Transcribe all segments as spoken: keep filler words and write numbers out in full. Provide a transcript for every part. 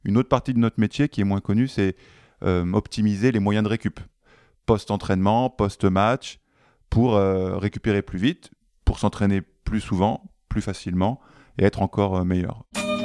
Une autre partie de notre métier qui est moins connue, c'est euh, optimiser les moyens de récup. Post-entraînement, post-match, pour euh, récupérer plus vite, pour s'entraîner plus souvent, plus facilement et être encore euh, meilleur.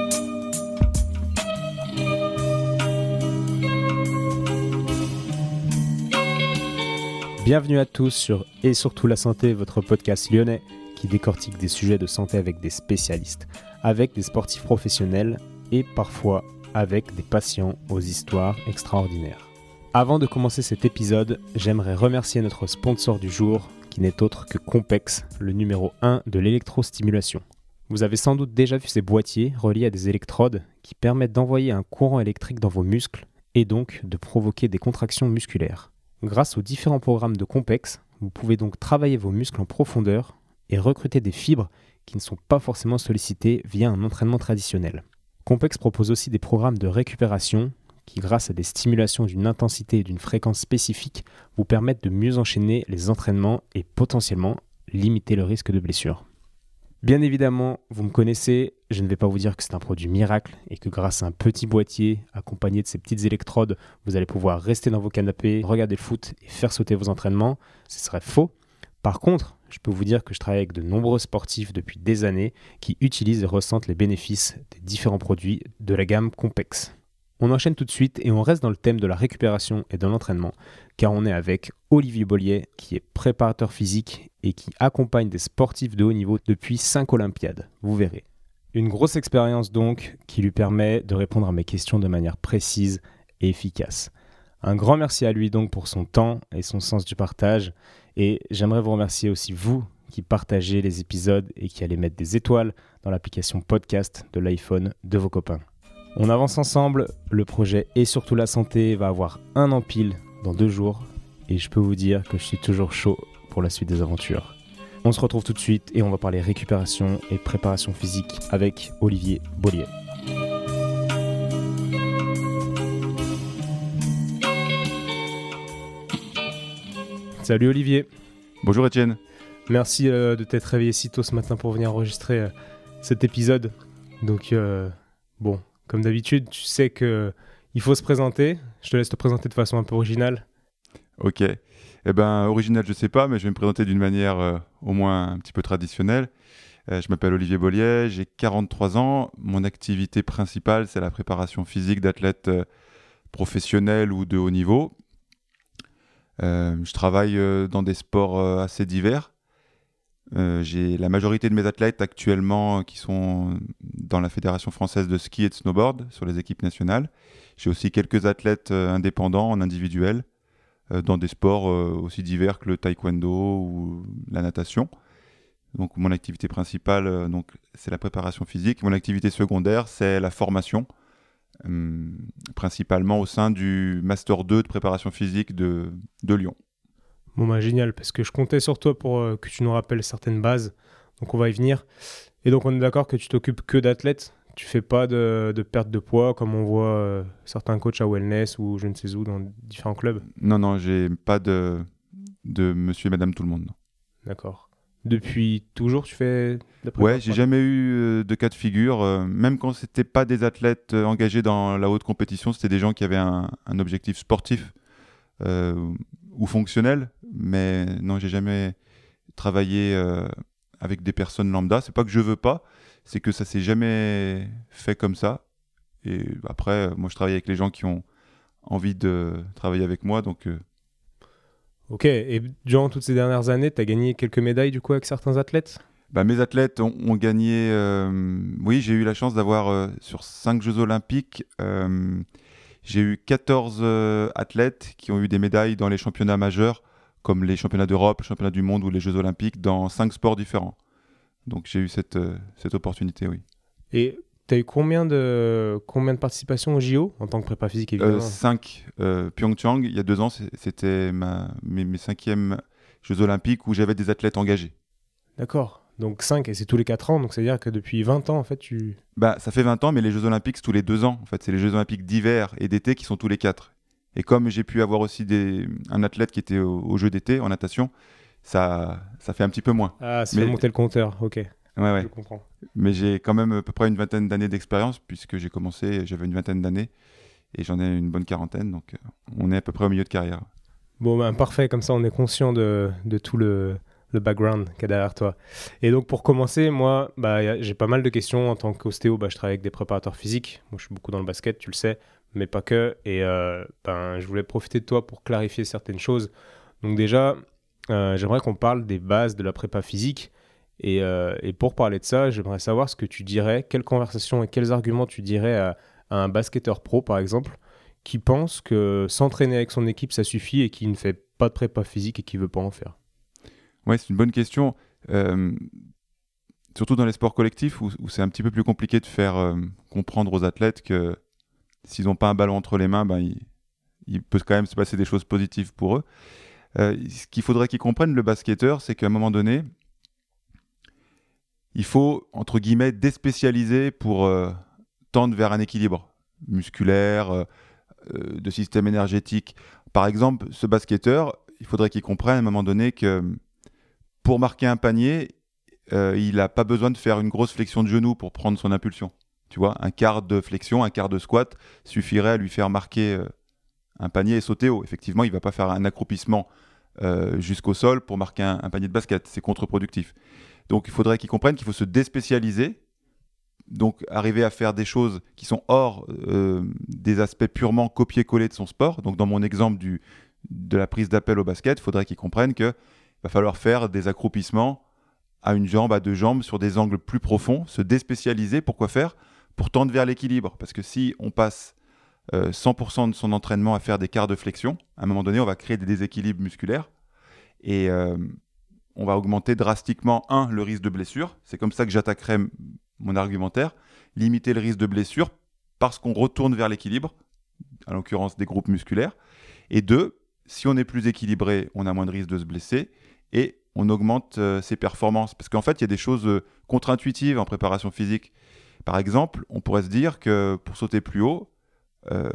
Bienvenue à tous sur Et surtout la santé, votre podcast lyonnais qui décortique des sujets de santé avec des spécialistes, avec des sportifs professionnels et parfois avec des patients aux histoires extraordinaires. Avant de commencer cet épisode, j'aimerais remercier notre sponsor du jour qui n'est autre que Compex, le numéro un de l'électrostimulation. Vous avez sans doute déjà vu ces boîtiers reliés à des électrodes qui permettent d'envoyer un courant électrique dans vos muscles et donc de provoquer des contractions musculaires. Grâce aux différents programmes de Compex, vous pouvez donc travailler vos muscles en profondeur et recruter des fibres qui ne sont pas forcément sollicitées via un entraînement traditionnel. Compex propose aussi des programmes de récupération qui, grâce à des stimulations d'une intensité et d'une fréquence spécifiques, vous permettent de mieux enchaîner les entraînements et potentiellement limiter le risque de blessure. Bien évidemment, vous me connaissez, je ne vais pas vous dire que c'est un produit miracle et que grâce à un petit boîtier accompagné de ces petites électrodes, vous allez pouvoir rester dans vos canapés, regarder le foot et faire sauter vos entraînements. Ce serait faux. Par contre, je peux vous dire que je travaille avec de nombreux sportifs depuis des années qui utilisent et ressentent les bénéfices des différents produits de la gamme Compex. On enchaîne tout de suite et on reste dans le thème de la récupération et de l'entraînement car on est avec Olivier Bollier qui est préparateur physique et qui accompagne des sportifs de haut niveau depuis cinq Olympiades, vous verrez. Une grosse expérience donc qui lui permet de répondre à mes questions de manière précise et efficace. Un grand merci à lui donc pour son temps et son sens du partage et j'aimerais vous remercier aussi vous qui partagez les épisodes et qui allez mettre des étoiles dans l'application podcast de l'iPhone de vos copains. On avance ensemble, le projet Et surtout la santé va avoir un an pile dans deux jours et je peux vous dire que je suis toujours chaud pour la suite des aventures. On se retrouve tout de suite et on va parler récupération et préparation physique avec Olivier Bollier. Salut Olivier. Bonjour Étienne. Merci euh, de t'être réveillé si tôt ce matin pour venir enregistrer euh, cet épisode. Donc euh, bon... Comme d'habitude, tu sais qu'il faut se présenter. Je te laisse te présenter de façon un peu originale. Ok. Eh ben, original, je sais pas, mais je vais me présenter d'une manière euh, au moins un petit peu traditionnelle. Euh, je m'appelle Olivier Bollier, j'ai quarante-trois ans. Mon activité principale, c'est la préparation physique d'athlètes euh, professionnels ou de haut niveau. Euh, je travaille euh, dans des sports euh, assez divers. Euh, j'ai la majorité de mes athlètes actuellement qui sont dans la Fédération française de ski et de snowboard sur les équipes nationales. J'ai aussi quelques athlètes euh, indépendants en individuel euh, dans des sports euh, aussi divers que le taekwondo ou la natation. Donc mon activité principale, euh, donc, c'est la préparation physique. Mon activité secondaire, c'est la formation, euh, principalement au sein du Master deux de préparation physique de, de Lyon. Bon bah génial, parce que je comptais sur toi pour euh, que tu nous rappelles certaines bases, donc on va y venir. Et donc on est d'accord que tu t'occupes que d'athlètes, tu fais pas de, de perte de poids comme on voit euh, certains coachs à wellness ou je ne sais où dans différents clubs. Non, non, j'ai pas de, de monsieur et madame tout le monde. Non. D'accord. Depuis toujours tu fais de la prépa? Ouais, j'ai jamais eu euh, de cas de figure, euh, même quand c'était pas des athlètes euh, engagés dans la haute compétition, c'était des gens qui avaient un, un objectif sportif. Euh, ou fonctionnel, mais non, j'ai jamais travaillé euh, avec des personnes lambda. C'est pas que je veux pas, c'est que ça s'est jamais fait comme ça. Et après, moi, je travaille avec les gens qui ont envie de travailler avec moi, donc. Euh... Ok. Et durant toutes ces dernières années, tu as gagné quelques médailles du coup avec certains athlètes? Bah, mes athlètes ont, ont gagné. Euh... Oui, j'ai eu la chance d'avoir euh, sur cinq Jeux Olympiques. Euh... J'ai eu quatorze euh, athlètes qui ont eu des médailles dans les championnats majeurs, comme les championnats d'Europe, les championnats du monde ou les Jeux Olympiques, dans cinq sports différents. Donc j'ai eu cette, euh, cette opportunité, oui. Et tu as eu combien de, combien de participations au J O en tant que prépa physique, évidemment? euh, Cinq. Euh, Pyeongchang, il y a deux ans, c'était ma, mes, mes cinquièmes Jeux Olympiques où j'avais des athlètes engagés. D'accord. Donc cinq, et c'est tous les quatre ans, donc c'est-à-dire que depuis vingt ans, en fait, tu... Bah, ça fait vingt ans, mais les Jeux Olympiques, c'est tous les deux ans. En fait, c'est les Jeux Olympiques d'hiver et d'été qui sont tous les quatre. Et comme j'ai pu avoir aussi des... un athlète qui était aux au Jeux d'été, en natation, ça, ça fait un petit peu moins. Ah, ça mais... fait monter le compteur, ok. Ouais, ouais. Je comprends. Mais j'ai quand même à peu près une vingtaine d'années d'expérience, puisque j'ai commencé, j'avais une vingtaine d'années, et j'en ai une bonne quarantaine, donc euh, on est à peu près au milieu de carrière. Bon, ben, parfait, comme ça on est conscient de, de tout le, le background qu'il y a derrière toi. Et donc pour commencer, moi, bah, y a- j'ai pas mal de questions. En tant qu'ostéo, bah, je travaille avec des préparateurs physiques. Moi, je suis beaucoup dans le basket, tu le sais, mais pas que. Et euh, ben, je voulais profiter de toi pour clarifier certaines choses. Donc déjà, euh, j'aimerais qu'on parle des bases de la prépa physique. Et, euh, et pour parler de ça, j'aimerais savoir ce que tu dirais, quelles conversations et quels arguments tu dirais à, à un basketteur pro, par exemple, qui pense que s'entraîner avec son équipe, ça suffit et qui ne fait pas de prépa physique et qui veut pas en faire. Ouais, c'est une bonne question. Euh, surtout dans les sports collectifs où, où c'est un petit peu plus compliqué de faire euh, comprendre aux athlètes que s'ils n'ont pas un ballon entre les mains, ben, il, il peut quand même se passer des choses positives pour eux. Euh, ce qu'il faudrait qu'ils comprennent, le basketteur, c'est qu'à un moment donné, il faut, entre guillemets, déspécialiser pour euh, tendre vers un équilibre musculaire, euh, euh, de système énergétique. Par exemple, ce basketteur, il faudrait qu'il comprenne à un moment donné que pour marquer un panier, euh, il n'a pas besoin de faire une grosse flexion de genou pour prendre son impulsion. Tu vois, un quart de flexion, un quart de squat suffirait à lui faire marquer euh, un panier et sauter haut. Effectivement, il ne va pas faire un accroupissement euh, jusqu'au sol pour marquer un, un panier de basket. C'est contre-productif. Donc, il faudrait qu'ils comprennent qu'il faut se déspécialiser, donc arriver à faire des choses qui sont hors euh, des aspects purement copier-coller de son sport. Donc, dans mon exemple du, de la prise d'appel au basket, il faudrait qu'ils comprennent qu'il va falloir faire des accroupissements à une jambe, à deux jambes, sur des angles plus profonds, se déspécialiser. Pourquoi faire ? Pour tendre vers l'équilibre. Parce que si on passe euh, cent pour cent de son entraînement à faire des quarts de flexion, à un moment donné, on va créer des déséquilibres musculaires et euh, on va augmenter drastiquement, un, le risque de blessure. C'est comme ça que j'attaquerai m- mon argumentaire. Limiter le risque de blessure parce qu'on retourne vers l'équilibre, à l'occurrence des groupes musculaires. Et deux, si on est plus équilibré, on a moins de risque de se blesser et on augmente euh, ses performances. Parce qu'en fait, il y a des choses euh, contre-intuitives en préparation physique. Par exemple, on pourrait se dire que pour sauter plus haut, euh,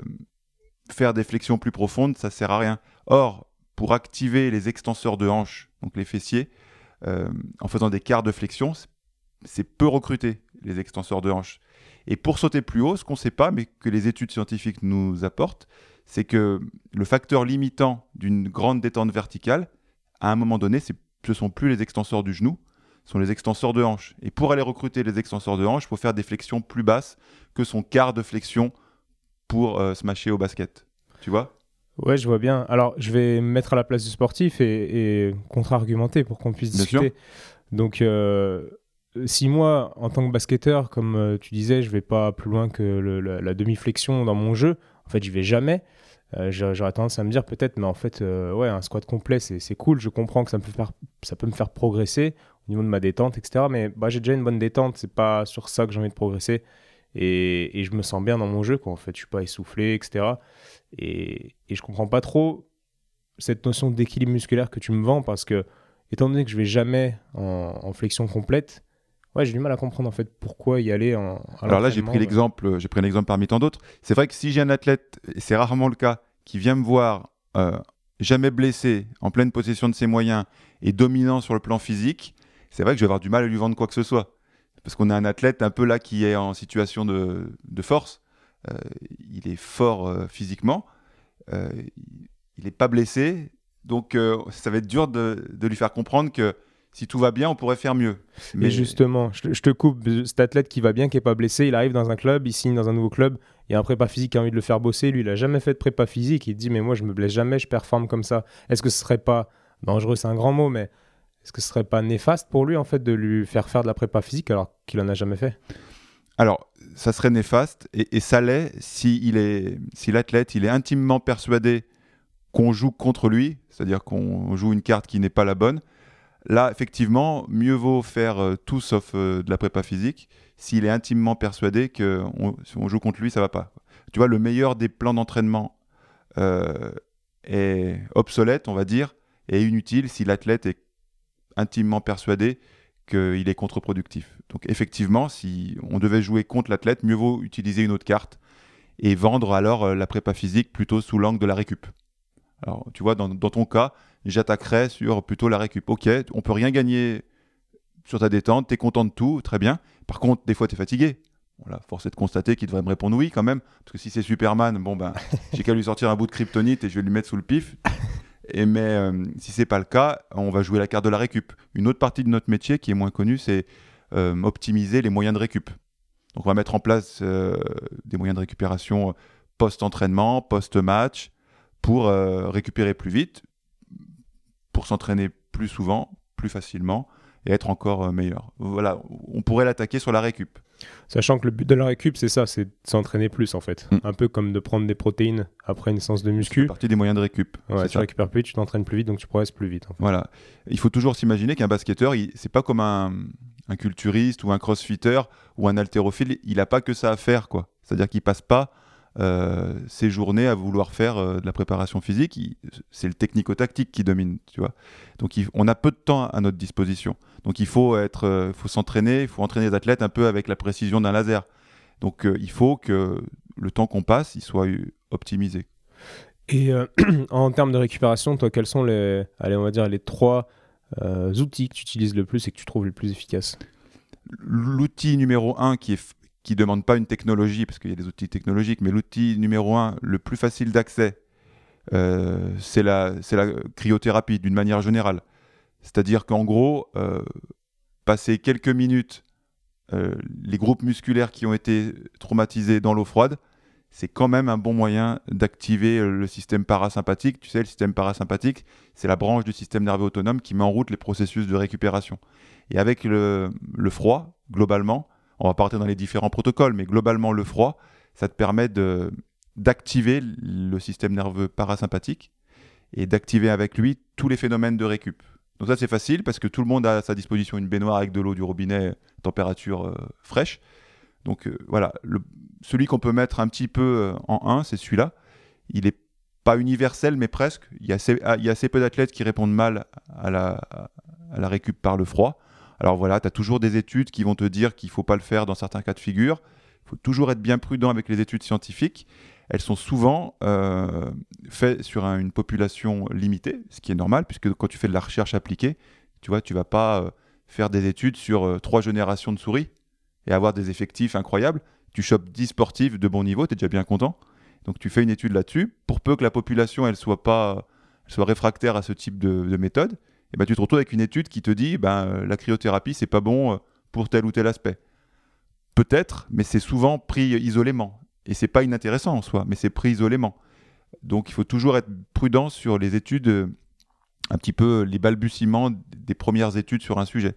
faire des flexions plus profondes, ça ne sert à rien. Or, pour activer les extenseurs de hanche, donc les fessiers, euh, en faisant des quarts de flexion, c'est- c'est peu recruté, les extenseurs de hanche. Et pour sauter plus haut, ce qu'on ne sait pas, mais que les études scientifiques nous apportent, c'est que le facteur limitant d'une grande détente verticale, à un moment donné, c'est, ce ne sont plus les extenseurs du genou, ce sont les extenseurs de hanche. Et pour aller recruter les extenseurs de hanche, il faut faire des flexions plus basses que son quart de flexion pour euh, se mâcher au basket. Tu vois ? Ouais, je vois bien. Alors, je vais me mettre à la place du sportif et, et contre-argumenter pour qu'on puisse Bien sûr. discuter. Donc, euh, si moi, en tant que basketteur, comme euh, tu disais, je vais pas plus loin que le- la, la demi-flexion dans mon jeu, en fait, j'y vais jamais. Euh, j'a- j'aurais tendance à me dire peut-être, mais en fait, euh, ouais, un squat complet, c'est c'est cool. Je comprends que ça me fait faire, ça peut me faire progresser au niveau de ma détente, et cetera. Mais bah, j'ai déjà une bonne détente. C'est pas sur ça que j'ai envie de progresser. Et, et je me sens bien dans mon jeu, quoi. En fait, je suis pas essoufflé, et cetera. Et, et je comprends pas trop cette notion d'équilibre musculaire que tu me vends parce que, étant donné que je vais jamais en, en flexion complète, ouais, j'ai du mal à comprendre en fait pourquoi y aller en, à Alors là, j'ai l'entraînement. pris l'exemple, euh, j'ai pris un exemple parmi tant d'autres. C'est vrai que si j'ai un athlète, et c'est rarement le cas, qui vient me voir euh, jamais blessé, en pleine possession de ses moyens et dominant sur le plan physique, c'est vrai que je vais avoir du mal à lui vendre quoi que ce soit. Parce qu'on a un athlète un peu là qui est en situation de, de force. Euh, il est fort euh, physiquement, euh, il n'est pas blessé, donc euh, ça va être dur de, de lui faire comprendre que si tout va bien, on pourrait faire mieux. Mais justement, je, te- je te coupe, cet athlète qui va bien, qui n'est pas blessé, il arrive dans un club, il signe dans un nouveau club, il y a un prépa physique qui a envie de le faire bosser, lui il n'a jamais fait de prépa physique, il te dit mais moi je me blesse jamais, je performe comme ça. Est-ce que ce serait pas dangereux, c'est un grand mot, mais est-ce que ce serait pas néfaste pour lui en fait de lui faire faire de la prépa physique alors qu'il en a jamais fait? Alors, ça serait néfaste, et, et ça l'est si, il est, si l'athlète il est intimement persuadé qu'on joue contre lui, c'est-à-dire qu'on joue une carte qui n'est pas la bonne. Là, effectivement, mieux vaut faire euh, tout sauf euh, de la prépa physique s'il est intimement persuadé que on, si on joue contre lui, ça va pas. Tu vois, le meilleur des plans d'entraînement euh, est obsolète, on va dire, et inutile si l'athlète est intimement persuadé qu'il est contre-productif. Donc effectivement, si on devait jouer contre l'athlète, mieux vaut utiliser une autre carte et vendre alors euh, la prépa physique plutôt sous l'angle de la récup. Alors tu vois, dans, dans ton cas, j'attaquerais sur plutôt la récup. Ok, on peut rien gagner sur ta détente, tu es content de tout, très bien. Par contre, des fois, tu es fatigué. Voilà, force est de constater qu'il devrait me répondre oui quand même. Parce que si c'est Superman, bon ben, j'ai qu'à lui sortir un bout de kryptonite et je vais lui mettre sous le pif. Et mais euh, si c'est pas le cas, on va jouer la carte de la récup. Une autre partie de notre métier qui est moins connue, c'est euh, optimiser les moyens de récup. Donc on va mettre en place euh, des moyens de récupération post-entraînement, post-match, pour euh, récupérer plus vite, pour s'entraîner plus souvent, plus facilement, et être encore euh, meilleur. Voilà, on pourrait l'attaquer sur la récup. Sachant que le but de la récup, c'est ça, c'est de s'entraîner plus en fait. Mm. Un peu comme de prendre des protéines après une séance de muscu. C'est partie des moyens de récup. Ouais, tu ça. récupères plus vite, tu t'entraînes plus vite, donc tu progresses plus vite. En fait. Voilà. Il faut toujours s'imaginer qu'un basketteur, il, c'est pas comme un, un culturiste ou un crossfitter ou un haltérophile, il n'a pas que ça à faire, quoi. C'est-à-dire qu'il passe pas euh, ses journées à vouloir faire euh, de la préparation physique. Il, c'est le technico-tactique qui domine, tu vois. Donc il, on a peu de temps à notre disposition. Donc il faut, être, euh, faut s'entraîner, il faut entraîner les athlètes un peu avec la précision d'un laser. Donc euh, il faut que le temps qu'on passe, il soit optimisé. Et euh, en termes de récupération, toi, quels sont les, allez, on va dire, les trois euh, outils que tu utilises le plus et que tu trouves les plus efficaces ? L'outil numéro un qui est qui ne demande pas une technologie, parce qu'il y a des outils technologiques, mais l'outil numéro un, le plus facile d'accès, euh, c'est, la, c'est la cryothérapie, d'une manière générale. C'est-à-dire qu'en gros, euh, passer quelques minutes, euh, les groupes musculaires qui ont été traumatisés dans l'eau froide, c'est quand même un bon moyen d'activer le système parasympathique. Tu sais, le système parasympathique, c'est la branche du système nerveux autonome qui met en route les processus de récupération. Et avec le, le froid, globalement, on va pas rentrer dans les différents protocoles, mais globalement, le froid, ça te permet de, d'activer le système nerveux parasympathique et d'activer avec lui tous les phénomènes de récup. Donc ça, c'est facile parce que tout le monde a à sa disposition une baignoire avec de l'eau du robinet, température euh, fraîche. Donc euh, voilà, le, celui qu'on peut mettre un petit peu euh, en un, c'est celui-là. Il n'est pas universel, mais presque. Il y a assez, il y a assez peu d'athlètes qui répondent mal à la, à la récup par le froid. Alors voilà, tu as toujours des études qui vont te dire qu'il ne faut pas le faire dans certains cas de figure. Il faut toujours être bien prudent avec les études scientifiques. Elles sont souvent euh, faites sur un, une population limitée, ce qui est normal, puisque quand tu fais de la recherche appliquée, tu vois, tu ne vas pas euh, faire des études sur euh, trois générations de souris et avoir des effectifs incroyables. Tu chopes dix sportifs de bon niveau, tu es déjà bien content. Donc tu fais une étude là-dessus. Pour peu que la population elle soit, pas, elle soit réfractaire à ce type de, de méthode, et ben, tu te retrouves avec une étude qui te dit ben, euh, la cryothérapie, c'est pas bon pour tel ou tel aspect. Peut-être, mais c'est souvent pris isolément. Et c'est pas inintéressant en soi, mais c'est pris isolément. Donc il faut toujours être prudent sur les études, euh, un petit peu les balbutiements des premières études sur un sujet.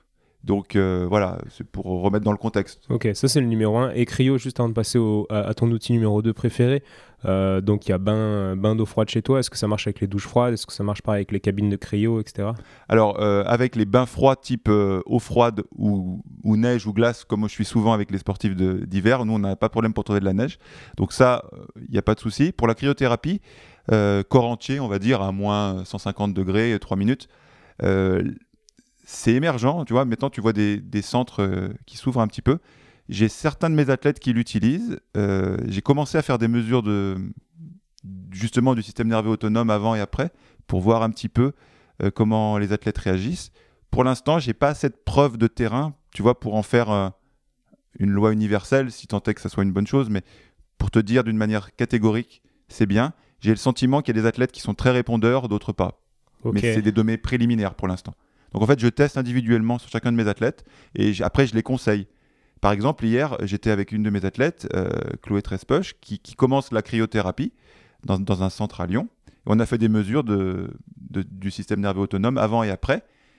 Donc euh, voilà, c'est pour remettre dans le contexte. Ok, ça c'est le numéro un. Et cryo, juste avant de passer au, à, à ton outil numéro deux préféré, euh, donc il y a bain, bain d'eau froide chez toi. Est-ce que ça marche avec les douches froides ? Est-ce que ça marche pas avec les cabines de cryo, et cetera ? Alors euh, avec les bains froids type euh, eau froide ou, ou neige ou glace, comme je suis souvent avec les sportifs de, d'hiver, nous on n'a pas de problème pour trouver de la neige. Donc ça, il n'y a pas de souci. Pour la cryothérapie, euh, corps entier, on va dire à moins cent cinquante degrés, trois minutes, euh, c'est émergent, tu vois. Maintenant, tu vois des, des centres euh, qui s'ouvrent un petit peu. J'ai certains de mes athlètes qui l'utilisent. Euh, j'ai commencé à faire des mesures de, justement du système nerveux autonome avant et après pour voir un petit peu euh, comment les athlètes réagissent. Pour l'instant, j'ai pas cette preuve de terrain, tu vois, pour en faire euh, une loi universelle, si tant est que ça soit une bonne chose. Mais pour te dire d'une manière catégorique, c'est bien. J'ai le sentiment qu'il y a des athlètes qui sont très répondeurs, d'autres pas. Okay. Mais c'est des données préliminaires pour l'instant. Donc en fait, je teste individuellement sur chacun de mes athlètes et j- après, je les conseille. Par exemple, hier, j'étais avec une de mes athlètes, euh, Chloé Trespoche, qui, qui commence la cryothérapie dans, dans un centre à Lyon. Et on a fait des mesures de, de, du système nerveux autonome avant et après.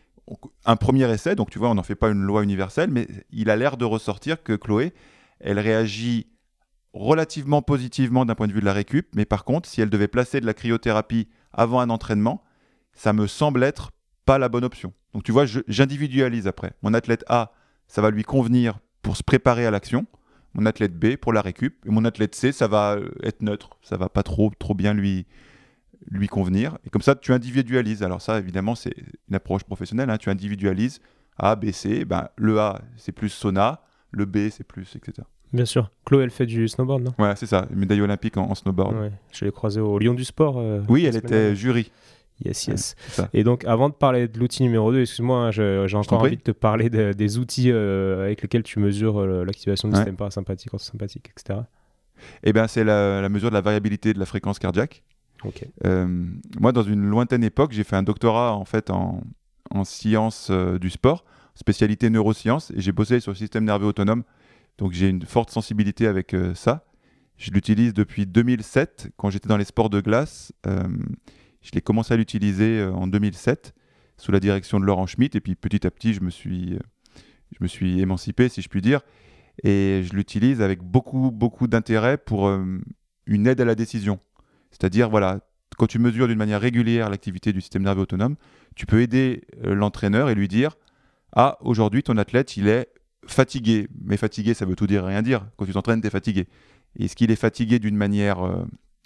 Un premier essai, donc tu vois, on n'en fait pas une loi universelle, mais il a l'air de ressortir que Chloé, elle réagit relativement positivement d'un point de vue de la récup, mais par contre, si elle devait placer de la cryothérapie avant un entraînement, ça me semble être pas la bonne option. Donc tu vois, je, j'individualise après. Mon athlète A, ça va lui convenir pour se préparer à l'action. Mon athlète B pour la récup. Et mon athlète C, ça va être neutre. Ça va pas trop, trop bien lui, lui convenir. Et comme ça, tu individualises. Alors ça, évidemment, c'est une approche professionnelle. Hein. Tu individualises A, B, C. Ben, le A, c'est plus sauna. Le B, c'est plus, et cetera. Bien sûr. Chloé, elle fait du snowboard, non ? Ouais, c'est ça. Médaille olympique en, en snowboard. Ouais. Je l'ai croisée au Lion du Sport. Euh, oui, elle était jury. Yes, yes. Ouais, et donc, avant de parler de l'outil numéro deux, excuse-moi, hein, je, j'ai encore envie de te parler de, des outils euh, avec lesquels tu mesures euh, l'activation du ouais. système parasympathique, orthosympathique, et cetera. Eh bien, c'est la, la mesure de la variabilité de la fréquence cardiaque. Okay. Euh, moi, dans une lointaine époque, j'ai fait un doctorat en, fait, en, en sciences euh, du sport, spécialité neurosciences, et j'ai bossé sur le système nerveux autonome. Donc, j'ai une forte sensibilité avec euh, ça. Je l'utilise depuis deux mille sept, quand j'étais dans les sports de glace. Euh, je l'ai commencé à l'utiliser euh, en deux mille sept, sous la direction de Laurent Schmitt, et puis petit à petit, je me suis, euh, je me suis émancipé, si je puis dire, et je l'utilise avec beaucoup, beaucoup d'intérêt pour euh, une aide à la décision. C'est-à-dire, voilà, quand tu mesures d'une manière régulière l'activité du système nerveux autonome, tu peux aider euh, l'entraîneur et lui dire « Ah, aujourd'hui, ton athlète, il est fatigué. » Mais fatigué, ça veut tout dire et rien dire. Quand tu t'entraînes, tu es fatigué. Est-ce qu'il est fatigué d'une manière euh,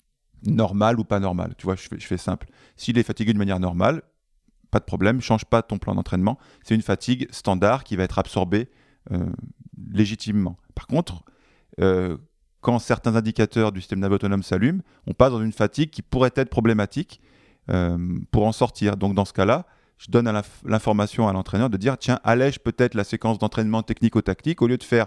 normale ou pas normale ? Tu vois, je fais, je fais simple. S'il est fatigué d'une manière normale, pas de problème, change pas ton plan d'entraînement. C'est une fatigue standard qui va être absorbée euh, légitimement. Par contre, euh, quand certains indicateurs du système nerveux autonome s'allument, on passe dans une fatigue qui pourrait être problématique euh, pour en sortir. Donc dans ce cas-là, je donne à l'inf- l'information à l'entraîneur de dire tiens, allège peut-être la séquence d'entraînement technico-tactique au lieu de faire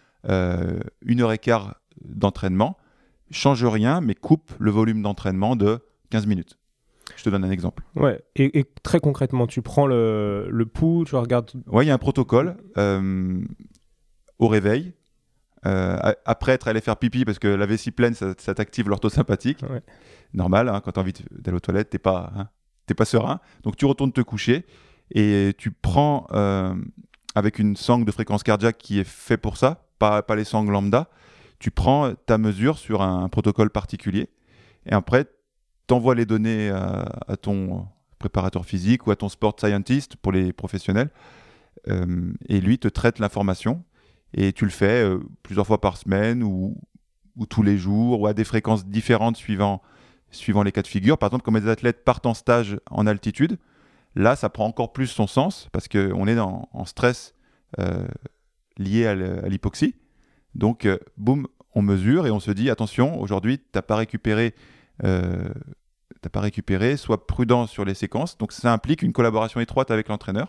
euh, une heure et quart d'entraînement, change rien, mais coupe le volume d'entraînement de quinze minutes. Je te donne un exemple. Ouais, et, et très concrètement, tu prends le, le pouls, tu regardes... Oui, il y a un protocole euh, au réveil. Euh, après être allé faire pipi parce que la vessie pleine, ça, ça t'active l'orthosympathique. Ouais. Normal, hein, quand tu as envie d'aller aux toilettes, tu n'es pas, hein, t'es pas serein. Donc tu retournes te coucher et tu prends euh, avec une sangle de fréquence cardiaque qui est fait pour ça, pas, pas les sangles lambda, tu prends ta mesure sur un, un protocole particulier et après tu envoies les données à, à ton préparateur physique ou à ton sport scientist pour les professionnels euh, et lui te traite l'information. Et tu le fais euh, plusieurs fois par semaine ou, ou tous les jours ou à des fréquences différentes suivant, suivant les cas de figure. Par exemple, quand mes athlètes partent en stage en altitude, là, ça prend encore plus son sens parce qu'on est dans, en stress euh, lié à l'hypoxie. Donc, euh, boum, on mesure et on se dit, attention, aujourd'hui, tu n'as pas récupéré, euh, t'as pas récupéré, sois prudent sur les séquences. Donc, ça implique une collaboration étroite avec l'entraîneur.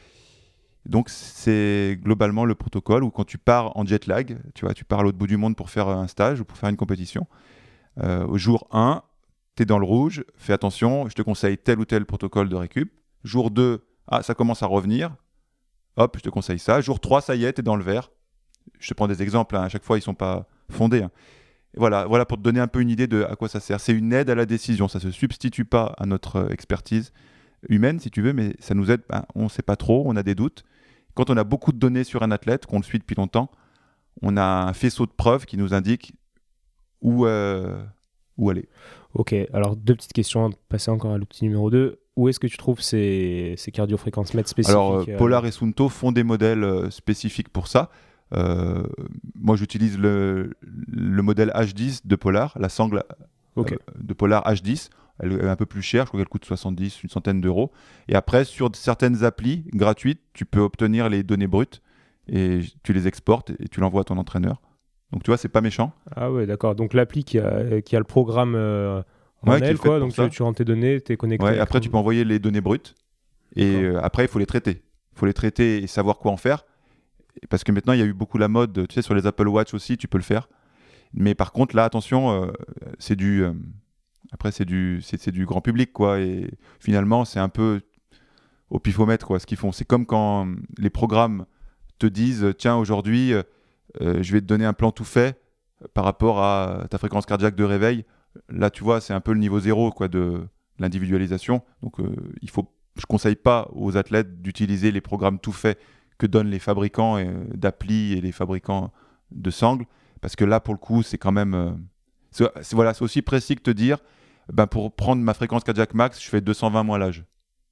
Donc, c'est globalement le protocole où quand tu pars en jet lag, tu vois, tu pars à l'autre bout du monde pour faire un stage ou pour faire une compétition. Euh, au jour un, tu es dans le rouge, fais attention, je te conseille tel ou tel protocole de récup. Jour deux, ah, ça commence à revenir, hop, je te conseille ça. Jour trois, ça y est, tu es dans le vert. Je te prends des exemples, hein, à chaque fois, ils ne sont pas fondés. Hein. Voilà, voilà pour te donner un peu une idée de à quoi ça sert. C'est une aide à la décision, ça ne se substitue pas à notre expertise humaine, si tu veux, mais ça nous aide, ben, on ne sait pas trop, on a des doutes. Quand on a beaucoup de données sur un athlète, qu'on le suit depuis longtemps, on a un faisceau de preuves qui nous indique où, euh, où aller. Ok, alors deux petites questions avant de passer encore à l'outil numéro deux. Où est-ce que tu trouves ces, ces cardiofréquences mètres spécifiques ? Alors, euh, Polar et Suunto font des modèles euh, spécifiques pour ça. Euh, moi, j'utilise le, le modèle H dix de Polar, la sangle okay. euh, de Polar H dix. Elle est un peu plus chère, je crois qu'elle coûte soixante-dix, une centaine d'euros. Et après, sur certaines applis gratuites, tu peux obtenir les données brutes et tu les exportes et tu l'envoies à ton entraîneur. Donc tu vois, c'est pas méchant. Ah ouais, d'accord. Donc l'appli qui a, qui a le programme euh, en ouais, elle, quoi. Donc tu, tu rentres tes données, tu es connecté. Ouais, après, ton... tu peux envoyer les données brutes et euh, après, il faut les traiter. Il faut les traiter et savoir quoi en faire. Parce que maintenant, il y a eu beaucoup la mode, tu sais, sur les Apple Watch aussi, tu peux le faire. Mais par contre, là, attention, euh, c'est du... Euh, Après, c'est du, c'est, c'est du grand public, quoi. Et finalement, c'est un peu au pifomètre, quoi, ce qu'ils font. C'est comme quand les programmes te disent « Tiens, aujourd'hui, euh, je vais te donner un plan tout fait par rapport à ta fréquence cardiaque de réveil. » Là, tu vois, c'est un peu le niveau zéro, quoi, de l'individualisation. Donc, euh, il faut, je ne conseille pas aux athlètes d'utiliser les programmes tout faits que donnent les fabricants euh, d'applis et les fabricants de sangles. Parce que là, pour le coup, c'est quand même... Euh, c'est, c'est, voilà, c'est aussi précis que te dire ben pour prendre ma fréquence cardiaque max, je fais deux cent vingt moins l'âge.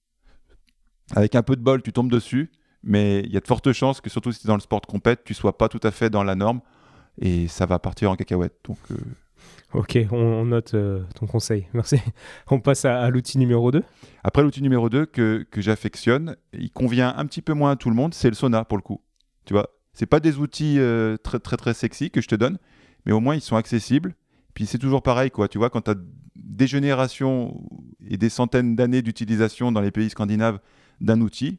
Avec un peu de bol, tu tombes dessus, mais il y a de fortes chances que, surtout si tu es dans le sport de compète, tu ne sois pas tout à fait dans la norme et ça va partir en cacahuète. Donc, euh... Ok, on, on note euh, ton conseil. Merci. On passe à, à l'outil numéro deux. Après, l'outil numéro deux que, que j'affectionne, il convient un petit peu moins à tout le monde, c'est le sauna pour le coup. Tu vois, ce n'est pas des outils euh, très, très, très sexy que je te donne, mais au moins ils sont accessibles. Puis c'est toujours pareil, quoi. Tu vois, quand tu as des générations et des centaines d'années d'utilisation dans les pays scandinaves d'un outil.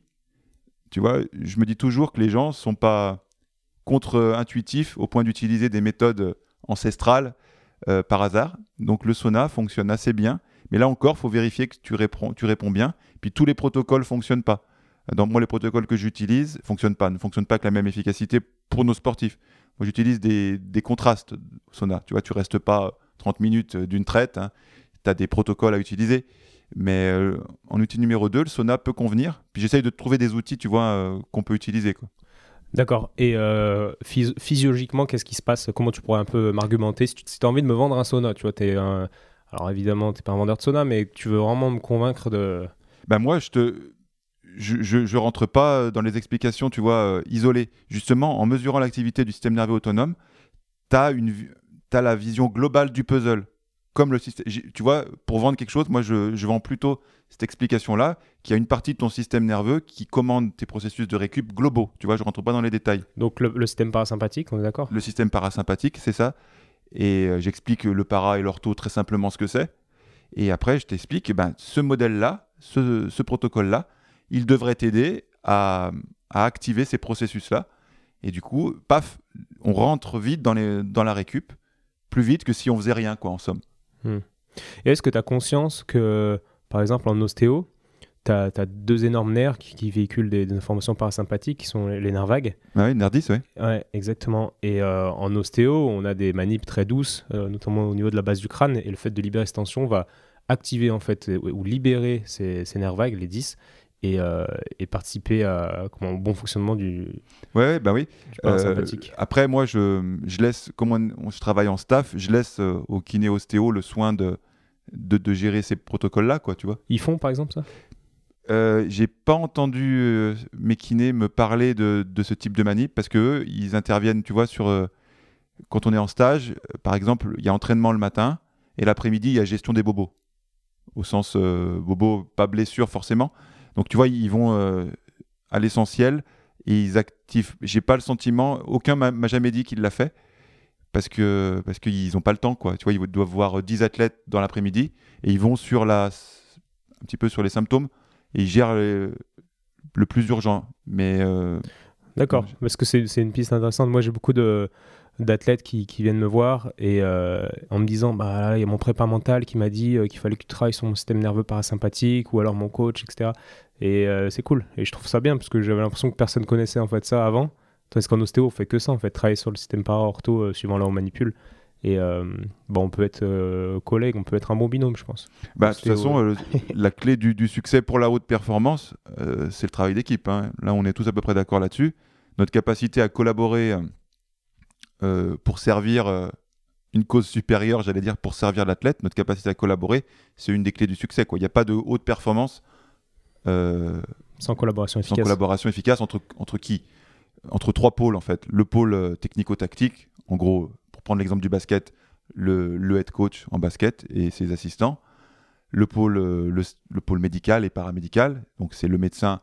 Tu vois, je me dis toujours que les gens ne sont pas contre-intuitifs au point d'utiliser des méthodes ancestrales euh, par hasard. Donc le sauna fonctionne assez bien. Mais là encore, il faut vérifier que tu réponds, tu réponds bien. Puis tous les protocoles ne fonctionnent pas. Donc moi, les protocoles que j'utilise ne fonctionnent pas, ne fonctionnent pas avec la même efficacité pour nos sportifs. Moi, j'utilise des, des contrastes au sauna. Tu vois, tu ne restes pas trente minutes d'une traite. Hein. Tu as des protocoles à utiliser. Mais euh, en outil numéro deux, le sauna peut convenir. Puis j'essaye de trouver des outils, tu vois, euh, qu'on peut utiliser, quoi. D'accord. Et euh, phys- physiologiquement, qu'est-ce qui se passe? Comment tu pourrais un peu m'argumenter si tu si as envie de me vendre un sauna, tu vois, t'es un... Alors évidemment, tu n'es pas un vendeur de sauna, mais tu veux vraiment me convaincre de... Ben moi, je te... Je, je, je rentre pas dans les explications, tu vois, euh, isolées. Justement, en mesurant l'activité du système nerveux autonome, tu as la vision globale du puzzle. Comme le système... Tu vois, pour vendre quelque chose, moi, je, je vends plutôt cette explication-là, qu'il y a une partie de ton système nerveux qui commande tes processus de récup globaux. Tu vois, je rentre pas dans les détails. Donc le, le système parasympathique, on est d'accord? Le système parasympathique, c'est ça. Et euh, j'explique le para et l'ortho très simplement ce que c'est. Et après, je t'explique, eh ben, ce modèle-là, ce, ce protocole-là, il devrait t'aider à, à activer ces processus-là. Et du coup, paf, on rentre vite dans, les, dans la récup, plus vite que si on faisait rien, quoi, en somme. Hmm. Et est-ce que tu as conscience que, par exemple, en ostéo, tu as deux énormes nerfs qui, qui véhiculent des, des informations parasympathiques, qui sont les, les nerfs vagues? Ah oui, nerf dix, oui. Ouais, exactement. Et euh, en ostéo, on a des manips très douces, euh, notamment au niveau de la base du crâne, et le fait de libérer cette tension va activer en fait, ou, ou libérer ces, ces nerfs vagues, les dix, et, euh, et participer à, comment, au bon fonctionnement du, ouais, bah oui. du parasympathique. Euh, après, moi, je, je laisse, comme on, on, je travaille en staff, je laisse euh, au kiné ostéo le soin de, de, de gérer ces protocoles-là, quoi, tu vois. Ils font, par exemple, ça? Euh, j'ai pas entendu euh, mes kinés me parler de, de ce type de manip parce qu'eux, ils interviennent, tu vois, sur euh, quand on est en stage, euh, par exemple, il y a entraînement le matin et l'après-midi, il y a gestion des bobos. Au sens euh, bobo, pas blessure forcément. Donc, tu vois, ils vont euh, à l'essentiel et ils activent. J'ai pas le sentiment, aucun m'a jamais dit qu'il l'a fait parce que parce qu'ils n'ont pas le temps, quoi. Tu vois, ils doivent voir dix athlètes dans l'après-midi et ils vont sur la, un petit peu sur les symptômes. Et ils gèrent les, le plus urgent. Mais euh, D'accord, parce que c'est une piste intéressante. Moi, j'ai beaucoup d'athlètes qui, qui viennent me voir et euh, en me disant, bah là, il y a mon prépa mental qui m'a dit euh, qu'il fallait que tu travailles sur mon système nerveux parasympathique ou alors mon coach, et cetera. Et euh, c'est cool. Et je trouve ça bien parce que j'avais l'impression que personne connaissait en fait ça avant. Tandis qu'en ostéo, on fait que ça, en fait, travailler sur le système para-ortho euh, suivant là où on manipule. Et euh, bon, on peut être euh, collègue, on peut être un bon binôme, je pense. Bah, de toute façon, euh, la clé du, du succès pour la haute performance, euh, c'est le travail d'équipe. Hein. Là, on est tous à peu près d'accord là-dessus. Notre capacité à collaborer euh, pour servir euh, une cause supérieure, j'allais dire, pour servir l'athlète, notre capacité à collaborer, c'est une des clés du succès, quoi. Il n'y a pas de haute performance euh, sans collaboration efficace. Sans collaboration efficace entre, entre qui? Entre trois pôles, en fait. Le pôle euh, technico-tactique, en gros, pour prendre l'exemple du basket, le, le head coach en basket et ses assistants. Le pôle, euh, le, le pôle médical et paramédical, donc c'est le médecin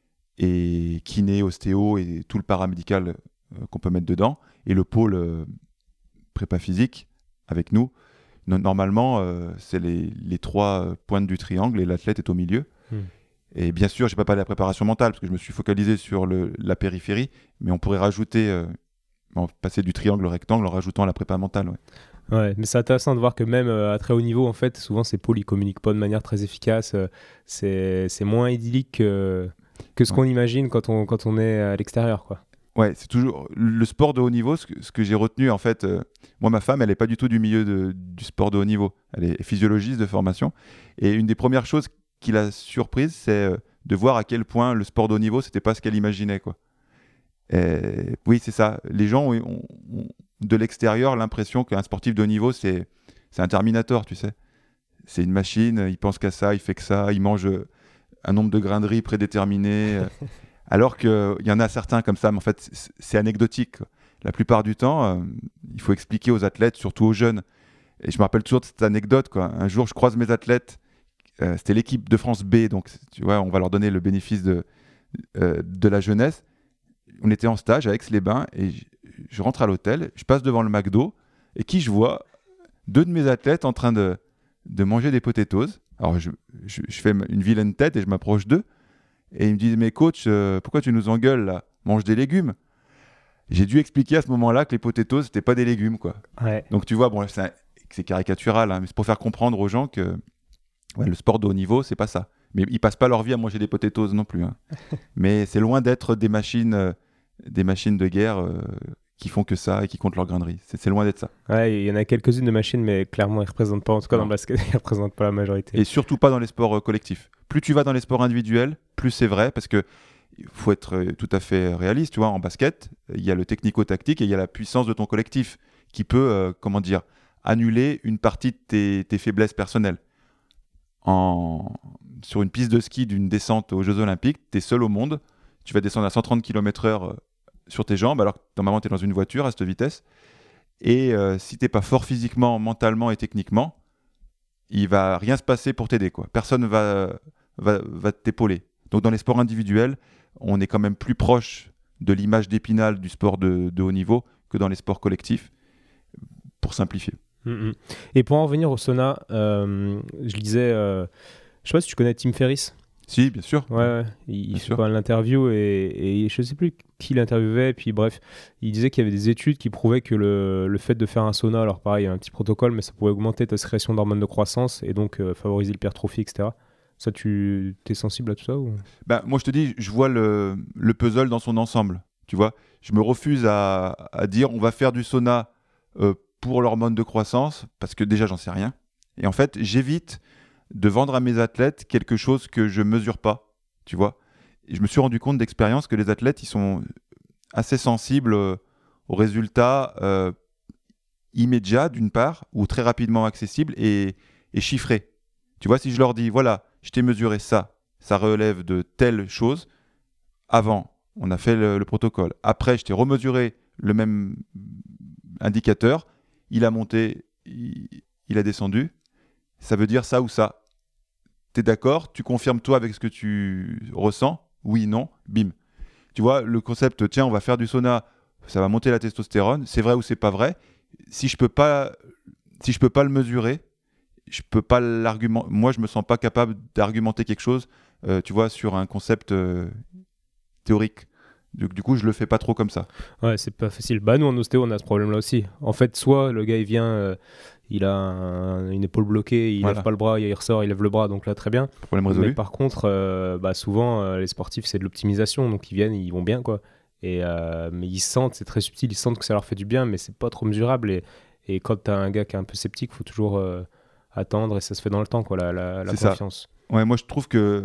et kiné, ostéo et tout le paramédical euh, qu'on peut mettre dedans. Et le pôle euh, prépa physique avec nous. Normalement, euh, c'est les, les trois pointes du triangle et l'athlète est au milieu. Hmm. Et bien sûr, je n'ai pas parlé de la préparation mentale parce que je me suis focalisé sur le, la périphérie, mais on pourrait rajouter, euh, passer du triangle au rectangle en rajoutant la prépa mentale. Ouais. Ouais, mais c'est intéressant de voir que même euh, à très haut niveau, en fait, souvent ces pôles, ils communiquent pas de manière très efficace. Euh, c'est, c'est moins idyllique que, que ce ouais. qu'on imagine quand on, quand on est à l'extérieur, quoi. Ouais, c'est toujours le sport de haut niveau. Ce que, ce que j'ai retenu, en fait, euh, moi, ma femme, elle n'est pas du tout du milieu de, du sport de haut niveau. Elle est physiologiste de formation. Et une des premières choses qui l'a surprise, c'est euh, de voir à quel point le sport de haut niveau, c'était pas ce qu'elle imaginait, quoi. Et, oui, c'est ça. Les gens ont, ont, ont de l'extérieur l'impression qu'un sportif de haut niveau, c'est un Terminator, tu sais. C'est une machine, il pense qu'à ça, il fait que ça, il mange un nombre de grains de riz prédéterminé. Alors qu'il y en a certains comme ça, mais en fait, c'est anecdotique. La plupart du temps, euh, il faut expliquer aux athlètes, surtout aux jeunes. Et je me rappelle toujours de cette anecdote, quoi. Un jour, je croise mes athlètes, euh, c'était l'équipe de France B, donc tu vois, on va leur donner le bénéfice de, euh, de la jeunesse. On était en stage à Aix-les-Bains et je, je rentre à l'hôtel, je passe devant le McDo et qui je vois? Deux de mes athlètes en train de, de manger des potatoes Alors, je, je, je fais une vilaine tête et je m'approche d'eux. Et ils me disent, mais coach, euh, pourquoi tu nous engueules là? Mange des légumes. J'ai dû expliquer à ce moment-là que les potatoes, c'était pas des légumes, quoi. Ouais. Donc, tu vois, bon, c'est, un, c'est caricatural, hein, mais c'est pour faire comprendre aux gens que ouais, le sport de haut niveau, c'est pas ça. Mais ils passent pas leur vie à manger des potatoes non plus. Hein. Mais c'est loin d'être des machines, euh, des machines de guerre euh, qui font que ça et qui comptent leur grain de riz. C'est, c'est loin d'être ça. Ouais, il y en a quelques-unes de machines, mais clairement, ils ne représentent pas, en tout cas Non. dans le basket, ils ne représentent pas la majorité. Et surtout pas dans les sports euh, collectifs. Plus tu vas dans les sports individuels, plus c'est vrai, parce que il faut être euh, tout à fait réaliste. Tu vois, en basket, il y a le technico-tactique et il y a la puissance de ton collectif qui peut, euh, comment dire, annuler une partie de tes, tes faiblesses personnelles. En... Sur une piste de ski d'une descente aux Jeux Olympiques, tu es seul au monde, tu vas descendre à cent trente kilomètres heure sur tes jambes, alors que normalement tu es dans une voiture à cette vitesse. Et euh, si tu n'es pas fort physiquement, mentalement et techniquement, il va rien se passer pour t'aider, quoi. Personne va, va, va t'épauler. Donc dans les sports individuels, on est quand même plus proche de l'image d'Épinal du sport de, de haut niveau que dans les sports collectifs, pour simplifier. Mmh. Et pour en revenir au sauna, euh, je lisais, euh, je sais pas si tu connais Tim Ferriss. Si, bien sûr. Ouais, ouais. il, il fait sûr. pas mal d'interviews et, et je sais plus qui l'interviewait. Puis bref, il disait qu'il y avait des études qui prouvaient que le, le fait de faire un sauna, alors pareil, il y a un petit protocole, mais ça pouvait augmenter ta sécrétion d'hormones de croissance et donc euh, favoriser l'hypertrophie, et cetera. Ça, tu es sensible à tout ça ou... Ben, moi, je te dis, je vois le, le puzzle dans son ensemble. Tu vois, je me refuse à, à dire on va faire du sauna euh, pour l'hormone de croissance parce que déjà, j'en sais rien. Et en fait, j'évite de vendre à mes athlètes quelque chose que je mesure pas. Tu vois, et je me suis rendu compte d'expérience que les athlètes, ils sont assez sensibles euh, aux résultats euh, immédiats d'une part ou très rapidement accessibles et, et chiffrés. Tu vois, si je leur dis voilà, je t'ai mesuré ça, ça relève de telle chose. Avant, on a fait le, le protocole. Après, je t'ai remesuré le même indicateur. Il a monté, il, il a descendu. Ça veut dire ça ou ça. T'es d'accord? Tu confirmes toi avec ce que tu ressens? Oui, non, bim. Tu vois, le concept, tiens, on va faire du sauna, ça va monter la testostérone. C'est vrai ou c'est pas vrai? Si je peux pas, si je peux pas le mesurer, je peux pas l'argument. Moi, je me sens pas capable d'argumenter quelque chose, euh, tu vois, sur un concept euh, théorique. Du, du coup, je le fais pas trop comme ça. Ouais, c'est pas facile. Bah, nous, en ostéo, on a ce problème-là aussi. En fait, soit le gars, il vient, euh, il a un, une épaule bloquée, il Voilà. lève pas le bras, il ressort, il lève le bras, donc là, très bien. Problème résolu. Mais par contre, euh, bah, souvent, euh, les sportifs, c'est de l'optimisation, donc ils viennent, ils vont bien, quoi. Et, euh, mais ils sentent, c'est très subtil, ils sentent que ça leur fait du bien, mais c'est pas trop mesurable. Et, et quand t'as un gars qui est un peu sceptique, faut toujours euh, attendre, et ça se fait dans le temps, quoi, la, la, la C'est confiance. Ça. Ouais, moi, je trouve que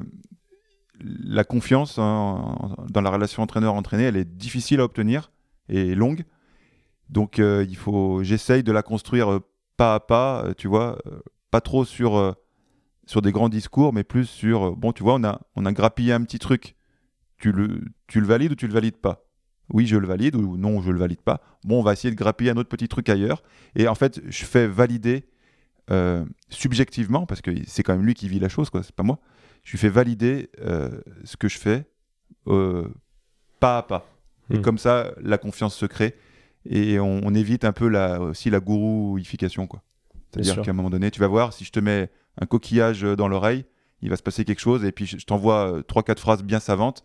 la confiance hein, dans la relation entraîneur-entraîné, elle est difficile à obtenir et longue. Donc, euh, il faut, j'essaye de la construire euh, pas à pas, euh, tu vois, euh, pas trop sur, euh, sur des grands discours, mais plus sur, euh, bon, tu vois, on a, on a grappillé un petit truc. Tu le, tu le valides ou tu le valides pas? Oui, je le valide ou non, je le valide pas. Bon, on va essayer de grappiller un autre petit truc ailleurs. Et en fait, je fais valider euh, subjectivement, parce que c'est quand même lui qui vit la chose, quoi, c'est pas moi. Je lui fais valider euh, ce que je fais euh, pas à pas. Et Mmh. comme ça, la confiance se crée et on, on évite un peu la, aussi la gourouification, quoi. C'est-à-dire qu'à un moment donné, tu vas voir, si je te mets un coquillage dans l'oreille, il va se passer quelque chose et puis je, je t'envoie trois quatre phrases bien savantes.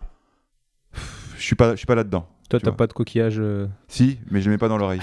Je suis pas, je suis pas là-dedans. Toi, tu t'as vois. pas de coquillage euh... Si, mais je ne mets pas dans l'oreille.